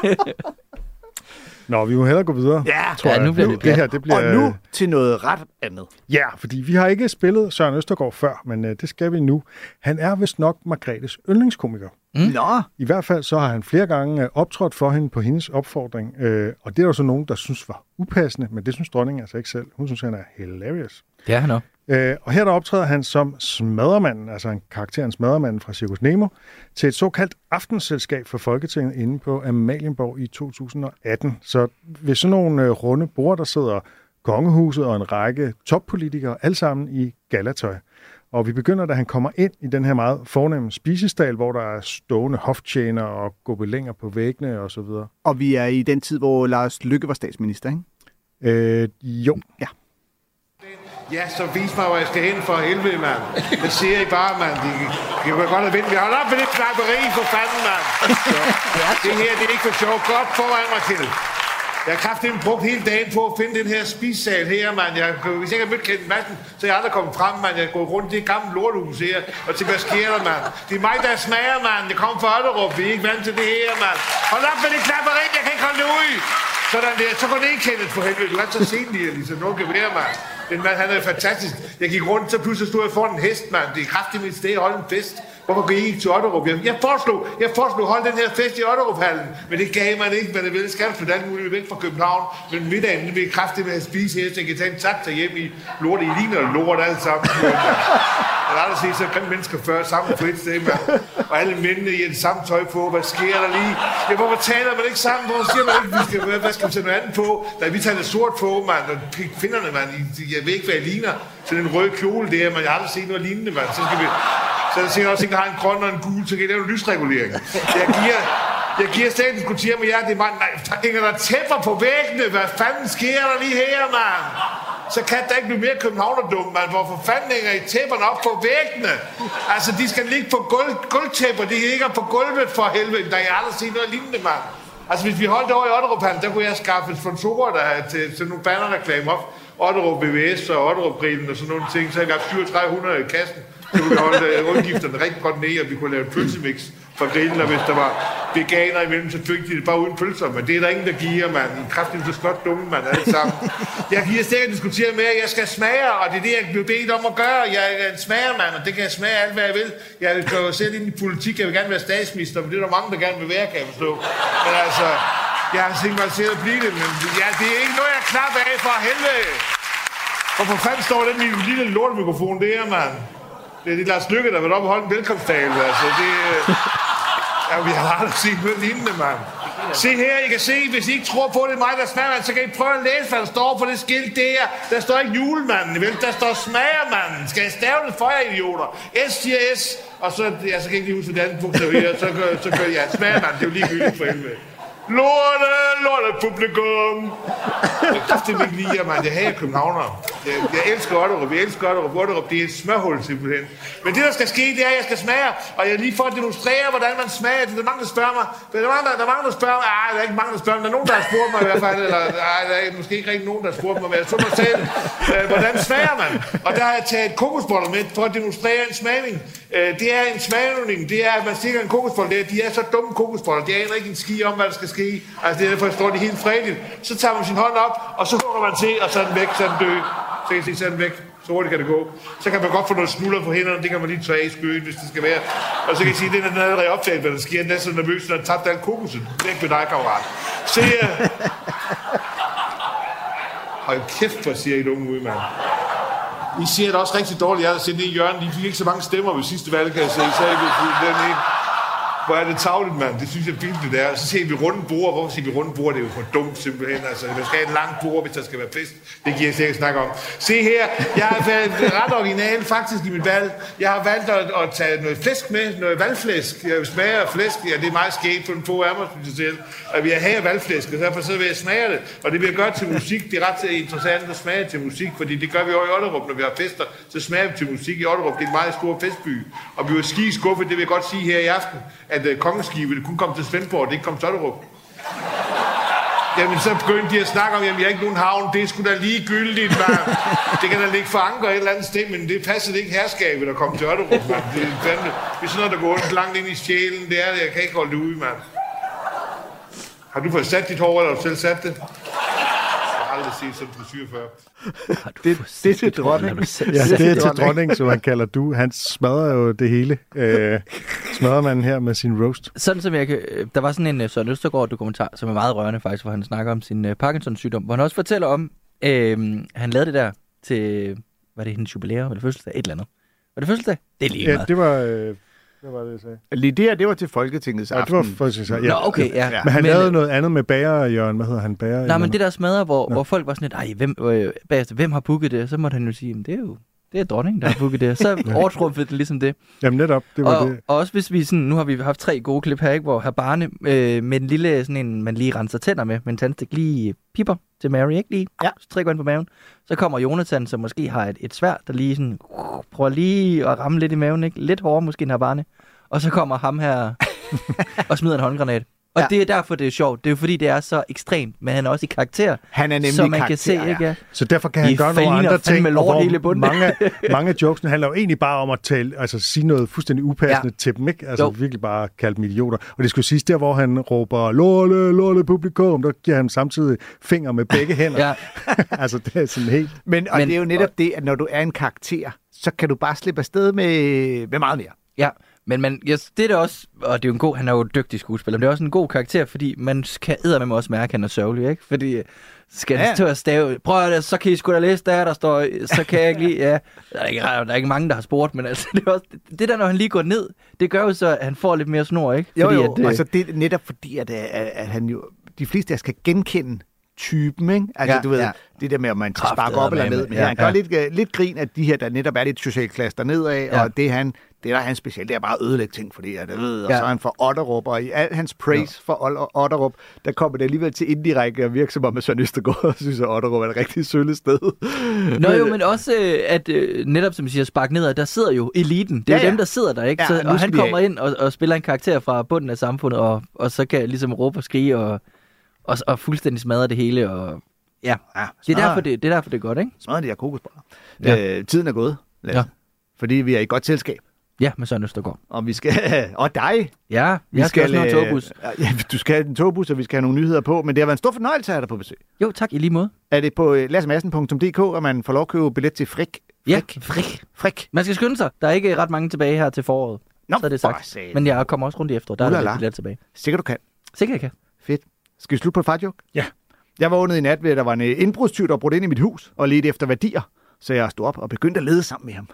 Speaker 3: Nå, vi må hellere gå videre.
Speaker 5: Ja, nu bliver
Speaker 3: det bliver...
Speaker 4: Og nu til noget ret andet.
Speaker 3: Ja, fordi vi har ikke spillet Søren Østergaard før, men det skal vi nu. Han er vist nok Margrethes yndlingskomiker.
Speaker 4: Nå.
Speaker 3: I hvert fald så har han flere gange optrådt for hende på hendes opfordring, og det er jo så nogen, der synes var upassende, men det synes dronningen altså ikke selv. Hun synes, han er hilarious.
Speaker 5: Det er han også.
Speaker 3: Og her der optræder han som smadremanden, altså en karakteren smadremanden fra Cirkus Nemo, til et såkaldt aftensselskab for Folketinget inde på Amalienborg i 2018. Så ved sådan nogle runde bord, der sidder kongehuset og en række toppolitikere, alle sammen i galatøj. Og vi begynder, da han kommer ind i den her meget fornemme spisestal, hvor der er stående hoftjener og gobelænger på væggene og så videre.
Speaker 4: Og vi er i den tid, hvor Lars Løkke var statsminister, ikke?
Speaker 3: Jo.
Speaker 4: Ja.
Speaker 8: Ja, så vis mig, hvor jeg skal hen for helvede, mand. Det siger I bare, mand. De kan godt have vindt. Vi holder op med det knapperi for fanden, mand. Det her, det er ikke for sjov. Godt foran mig til. Jeg har kraftigt brugt hele dagen på at finde den her spisesal her, mand. Hvis jeg ikke har mødt Kent Madsen, så er jeg aldrig kommet frem, mand. Jeg går rundt i det gamle lortehus her, og til hvad sker der, mand? Det er mig, der smager, mand. Jeg kommer fra Otterup. Vi er ikke vant til det her, mand. Hold op med det knapperi. Jeg kan ikke holde det ud. Sådan der. Så går det ikke, Kenneth, for helvede. Du kan så se den her, ligesom. Nogen kan være, mand. Den mand, han er fantastisk. Jeg gik rundt, så pludselig stod jeg foran en hest, mand. Det er kraftigt mit sted at holde en fest. Hvorfor går I ikke til Otterup? Jeg foreslog holde den her fest i Otterup-hallen, men det gav man ikke, men det ville skaffe for alt muligt væk fra København. Men middagen, det blev kraftigt med at spise her, så jeg kan tage en taxa hjem i lort. I ligner lort alle sammen. Jeg har aldrig set så grimme mennesker før sammen på et sted, man. Og alle mændene i det samme tøj på. Hvad sker der lige? Ja, hvorfor taler man ikke sammen? Hvorfor siger man ikke, hvad skal vi tage noget andet på? Da vi tager det sort på, man. Og kvinderne, man. Jeg ved ikke, hvad jeg ligner. Sådan en rød kjole der, men jeg har aldrig set noget lignende, man. Så skal vi... Så er der sikkert også en, der har en grøn og en gul, så kan jeg lave en lysregulering. Jeg giver stadig diskutere med jer, det er meget... Nej, der hænger der tæpper på væggene. Hvad fanden sker der lige her, mand? Så kan der ikke blive mere københavnerdum, mand. Hvorfor fanden hænger I tæpperne op på væggene? Altså, de skal ligge på gulvtæpper. De ligger på gulvet for helvede. Der er aldrig set noget lignende, mand. Altså, hvis vi holdt over i Otterup-hallen, der kunne jeg skaffe sponsorer, der havde til sådan nogle bannerreklamer op. Otterup BVS og Otterup-grillen og sådan nogle ting. Så jeg haft 3700 i kassen. Så kunne vi holde rundgifterne rigtig godt ned, og vi kunne lave en pølsemix fra grillen, og hvis der var veganer imellem, så fik de det bare uden pølser, men det er der ingen, der giver, mand. I kraftigt så skot dumme, mand, alle sammen. Jeg giver stadig at diskutere med, at jeg skal smage, og det er det, jeg bliver bedt om at gøre. Jeg er en smager, mand, og det kan jeg smage alt, hvad jeg vil. Jeg vil jo selv ind i politik, jeg vil gerne være statsminister, men det er der mange, der gerne vil være, kan jeg forstå. Men altså, jeg har tænkt mig at blive det, men ja, det er ikke noget, jeg knapper af for helvede. Hvorfor fanden står den lille lortemikrofon der, mand? Det er det Lars Lykke, der har været oppe og holdt en velkomsttale, altså. Ja, vi har aldrig set noget lignende, mand. Se her, I kan se, hvis I ikke tror på, det er mig, der smager, så kan I prøve at læse, hvad der står på det skilt der. Der står ikke julemanden, vel? Der står smagermanden. Skal jeg stave det for jer, idioter? S-T-S, og så, ja, så kan jeg ikke lige huske det andet bogstav her, så gør jeg smagermanden, det er jo ligegyldigt for helvede. Lorte publikum. Jeg kan ikke lide jer, mand. Jeg hader københavnere. Jeg elsker Otterup. Otterup, det er et smørhul simpelthen. Men det, der skal ske, det er, at jeg skal smage. Og jeg lige for at demonstrere, hvordan man smager. Det er mange, der spørger mig. Der er mange, der spørger mig. Der er ikke mange, der spørger mig. Der er nogen, der har spurgt mig i hvert fald. Eller, der er måske ikke rigtig nogen, der har spurgt mig. Men jeg så mig selv. Hvordan smager man? Og der har jeg taget kokosboller med for at demonstrere en smagning. Det er en smagning. Det er, at man stikker en kokosbolle der. De er så dumme kokosboller. De aner ikke en ski om, hvad der skal ske. Altså det er derfor, jeg står det helt fredeligt. Så tager man sin hånd op, og så hugger man til, og så er den væk, så er den død. Så kan jeg sige, så er den væk. Så hurtigt kan det gå. Så kan man godt få noget smuldrer på hænderne, det kan man lige tage af i skøen, hvis det skal være. Og så kan jeg sige, den er allerede optaget, hvad der sker. Den er så nervøs, når den tabte al kokosen. Væk med dig, kammerat. Se hold kæft, hvor siger I dumme ud, mand. I siger det også rigtig dårligt. Jeg har sendt i hjørnet. De fik ikke så mange stemmer ved sidste valg, kan jeg sige. Så den ene. Hvor er det tavligt, mand. Det synes jeg er fint, det der. Så ser vi runde bord. Hvorfor siger vi runde bord? Det er jo for dumt, simpelthen. Altså, der skal have en lang bord, hvis der skal være fest. Det giver jeg sikkert snakke om. Se her. Jeg har været ret original, faktisk, i mit valg. Jeg har valgt at tage noget flæsk med. Noget valgflæsk. Jeg smager flæsk. Ja, det er meget skægt på den få af mig, synes jeg selv. Og vi har her valgflæsk, og derfor så vil jeg smage det. Og det vil jeg gøre til musik. Det er ret interessant at smage til musik, fordi det gør vi også i Otterup, når vi har fester. Så smager vi til musik i Otterup. Det er en meget stor festby. Og vi var ski skuffet, det vil jeg godt sige her i aften, at kongeskibet kun kom til Svendborg, det ikke kom til Otterup. Jamen, så begyndte de at snakke om, jamen, jeg har ikke nogen havn, det er sgu da ligegyldigt, man. Det kan da ligge for anker et eller andet sted, men det passer ikke herskabet at komme til Otterup, man. Det er fandme, det er sådan noget, der går langt ind i sjælen, det er det, jeg kan ikke holde det ude, mand. Har du fået sat dit hår, eller har du selv sat det? Jeg har aldrig set sådan en frisyr før.
Speaker 4: Det er til dronning.
Speaker 3: Ja, det er til dronning, som han kalder du. Han smadrer jo det hele. Smadrer man her med sin roast.
Speaker 5: Sådan som jeg kan... Der var sådan en Søren Østergaard-dokumentar, som er meget rørende faktisk, hvor han snakker om sin Parkinsons-sygdom, hvor han også fortæller om, han lavede det der til... Var det hendes jubilæum eller fødselsdag? Et eller andet. Var det fødselsdag? Det er lige meget.
Speaker 3: Ja, det var... Hvad var det, jeg sagde?
Speaker 4: Lige det var til Folketingets aften.
Speaker 3: Ja, det var Folketingets aften.
Speaker 5: Ja. Nå, okay, ja.
Speaker 3: Men han lavede noget andet med bager, Jørgen. Hvad hedder han? Bager?
Speaker 5: Nej, men det der smadrer, hvor folk var sådan lidt, hvem har booket det? Så måtte han jo sige, det er dronningen, der har booket det. Så overtrumfede det ligesom det.
Speaker 3: Jamen netop, det var det. Og
Speaker 5: også hvis vi sådan, nu har vi haft 3 gode klip her, ikke, hvor herr Barne med en lille, sådan en, man lige renser tænder med en tandstik lige pipper til Mary, ikke lige? Ja. Strik ind på maven. Så kommer Jonathan, som måske har et sværd, der lige sådan, prøver lige at ramme lidt i maven, ikke? Lidt hårdere måske end herr Barne. Og så kommer ham her og smider en håndgranat. Og det er derfor, det er sjovt. Det er jo fordi, det er så ekstremt, men han er også i karakter.
Speaker 4: Han er nemlig
Speaker 5: så man
Speaker 4: karakter,
Speaker 5: kan se, ikke? Ja.
Speaker 3: Så derfor kan han gøre nogle andre ting,
Speaker 5: med lort hele bunden.
Speaker 3: mange af jokesene handler jo egentlig bare om at sige noget fuldstændig upassende til dem, ikke? Altså virkelig bare kalde dem idioter. Og det skulle siges der, hvor han råber, lorte publikum, der giver han samtidig finger med begge hænder. Altså, det er sådan helt...
Speaker 4: Men det er jo netop det, at når du er en karakter, så kan du bare slippe afsted med meget mere.
Speaker 5: Ja, Men yes, det er da også, og det er jo en god, han er jo dygtig skuespiller, men det er også en god karakter, fordi man kan eddermame også mærke, at han er sørgelig, ikke? Fordi skal det stå og stave, prøv at så kan I sgu da læse der står, så kan jeg ikke lige, ja. Der er ikke mange, der har spurgt, men altså, det er også, det der, når han lige går ned, det gør jo så, at han får lidt mere snor, ikke?
Speaker 4: Fordi
Speaker 5: jo,
Speaker 4: altså det er netop fordi, at han jo, de fleste af skal genkende typen, ikke? Altså, du ved, det der med, at man sparker op eller ned. Men han gør lidt grin af de her, der netop er lidt socialklaster nedad, og det der er hans specielt, det er bare ødelægge ting, fordi og så er han for Otterup, og i al hans praise for Otterup, der kommer det alligevel til indirekte at virke som om, at Søren Østergaard og synes, at Otterup er et rigtig sølle sted.
Speaker 5: Men også, at netop som jeg siger, spark nedad, der sidder jo eliten. Det er jo dem, der sidder der, ikke? Så, og han kommer ind og spiller en karakter fra bunden af samfundet, og så kan ligesom råbe og skrige, og fuldstændig smadre det hele, og det er derfor, det er godt, ikke?
Speaker 4: Smadre de her kokosboller. Tiden er gået, fordi vi er i godt selskab.
Speaker 5: Ja, med Søren Østergaard.
Speaker 4: Og vi skal... Og dig!
Speaker 5: Ja, jeg skal også have en togbus.
Speaker 4: Ja, du skal have en togbus, og vi skal have nogle nyheder på, men det har været en stor fornøjelse at have dig på besøg.
Speaker 5: Jo, tak, i lige måde.
Speaker 4: Er det på lassemadsen.dk, at man får lov at købe billet til Frik?
Speaker 5: Ja, Frik. Man skal skynde sig. Der er ikke ret mange tilbage her til foråret. Så er det sagt. Men jeg kommer også rundt i efter. Der er lidt billet tilbage.
Speaker 4: Sikkert du kan.
Speaker 5: Sikkert jeg kan.
Speaker 4: Fedt. Skal vi slutte på et fartjoke?
Speaker 3: Ja. Jeg
Speaker 4: vågnede i nat ved, at der var en indbrudstyv, der brugte ind i mit hus og ledte efter værdier. Så jeg stod op og begyndte at lede sammen med ham.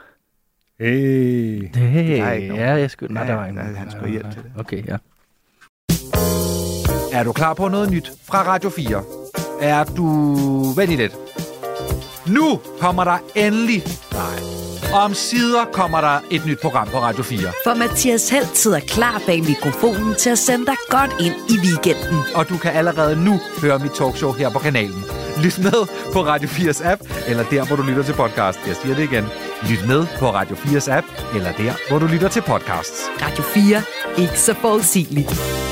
Speaker 5: Jeg skulle... Nej, der var ikke
Speaker 4: han skulle hjælpe til det.
Speaker 5: Okay, ja.
Speaker 9: Er du klar på noget nyt fra Radio 4? Er du... Vent lidt. Nu kommer der endelig... Nej. Omsider kommer der et nyt program på Radio 4.
Speaker 2: For Mathias Helt sidder klar bag mikrofonen til at sende dig godt ind i weekenden.
Speaker 9: Og du kan allerede nu høre mit talkshow her på kanalen. Lyt med på Radio 4's app, eller der, hvor du lytter til podcast. Jeg siger det igen. Lyt med på Radio 4's app, eller der, hvor du lytter til podcasts.
Speaker 2: Radio 4. Ikke så forudsigeligt.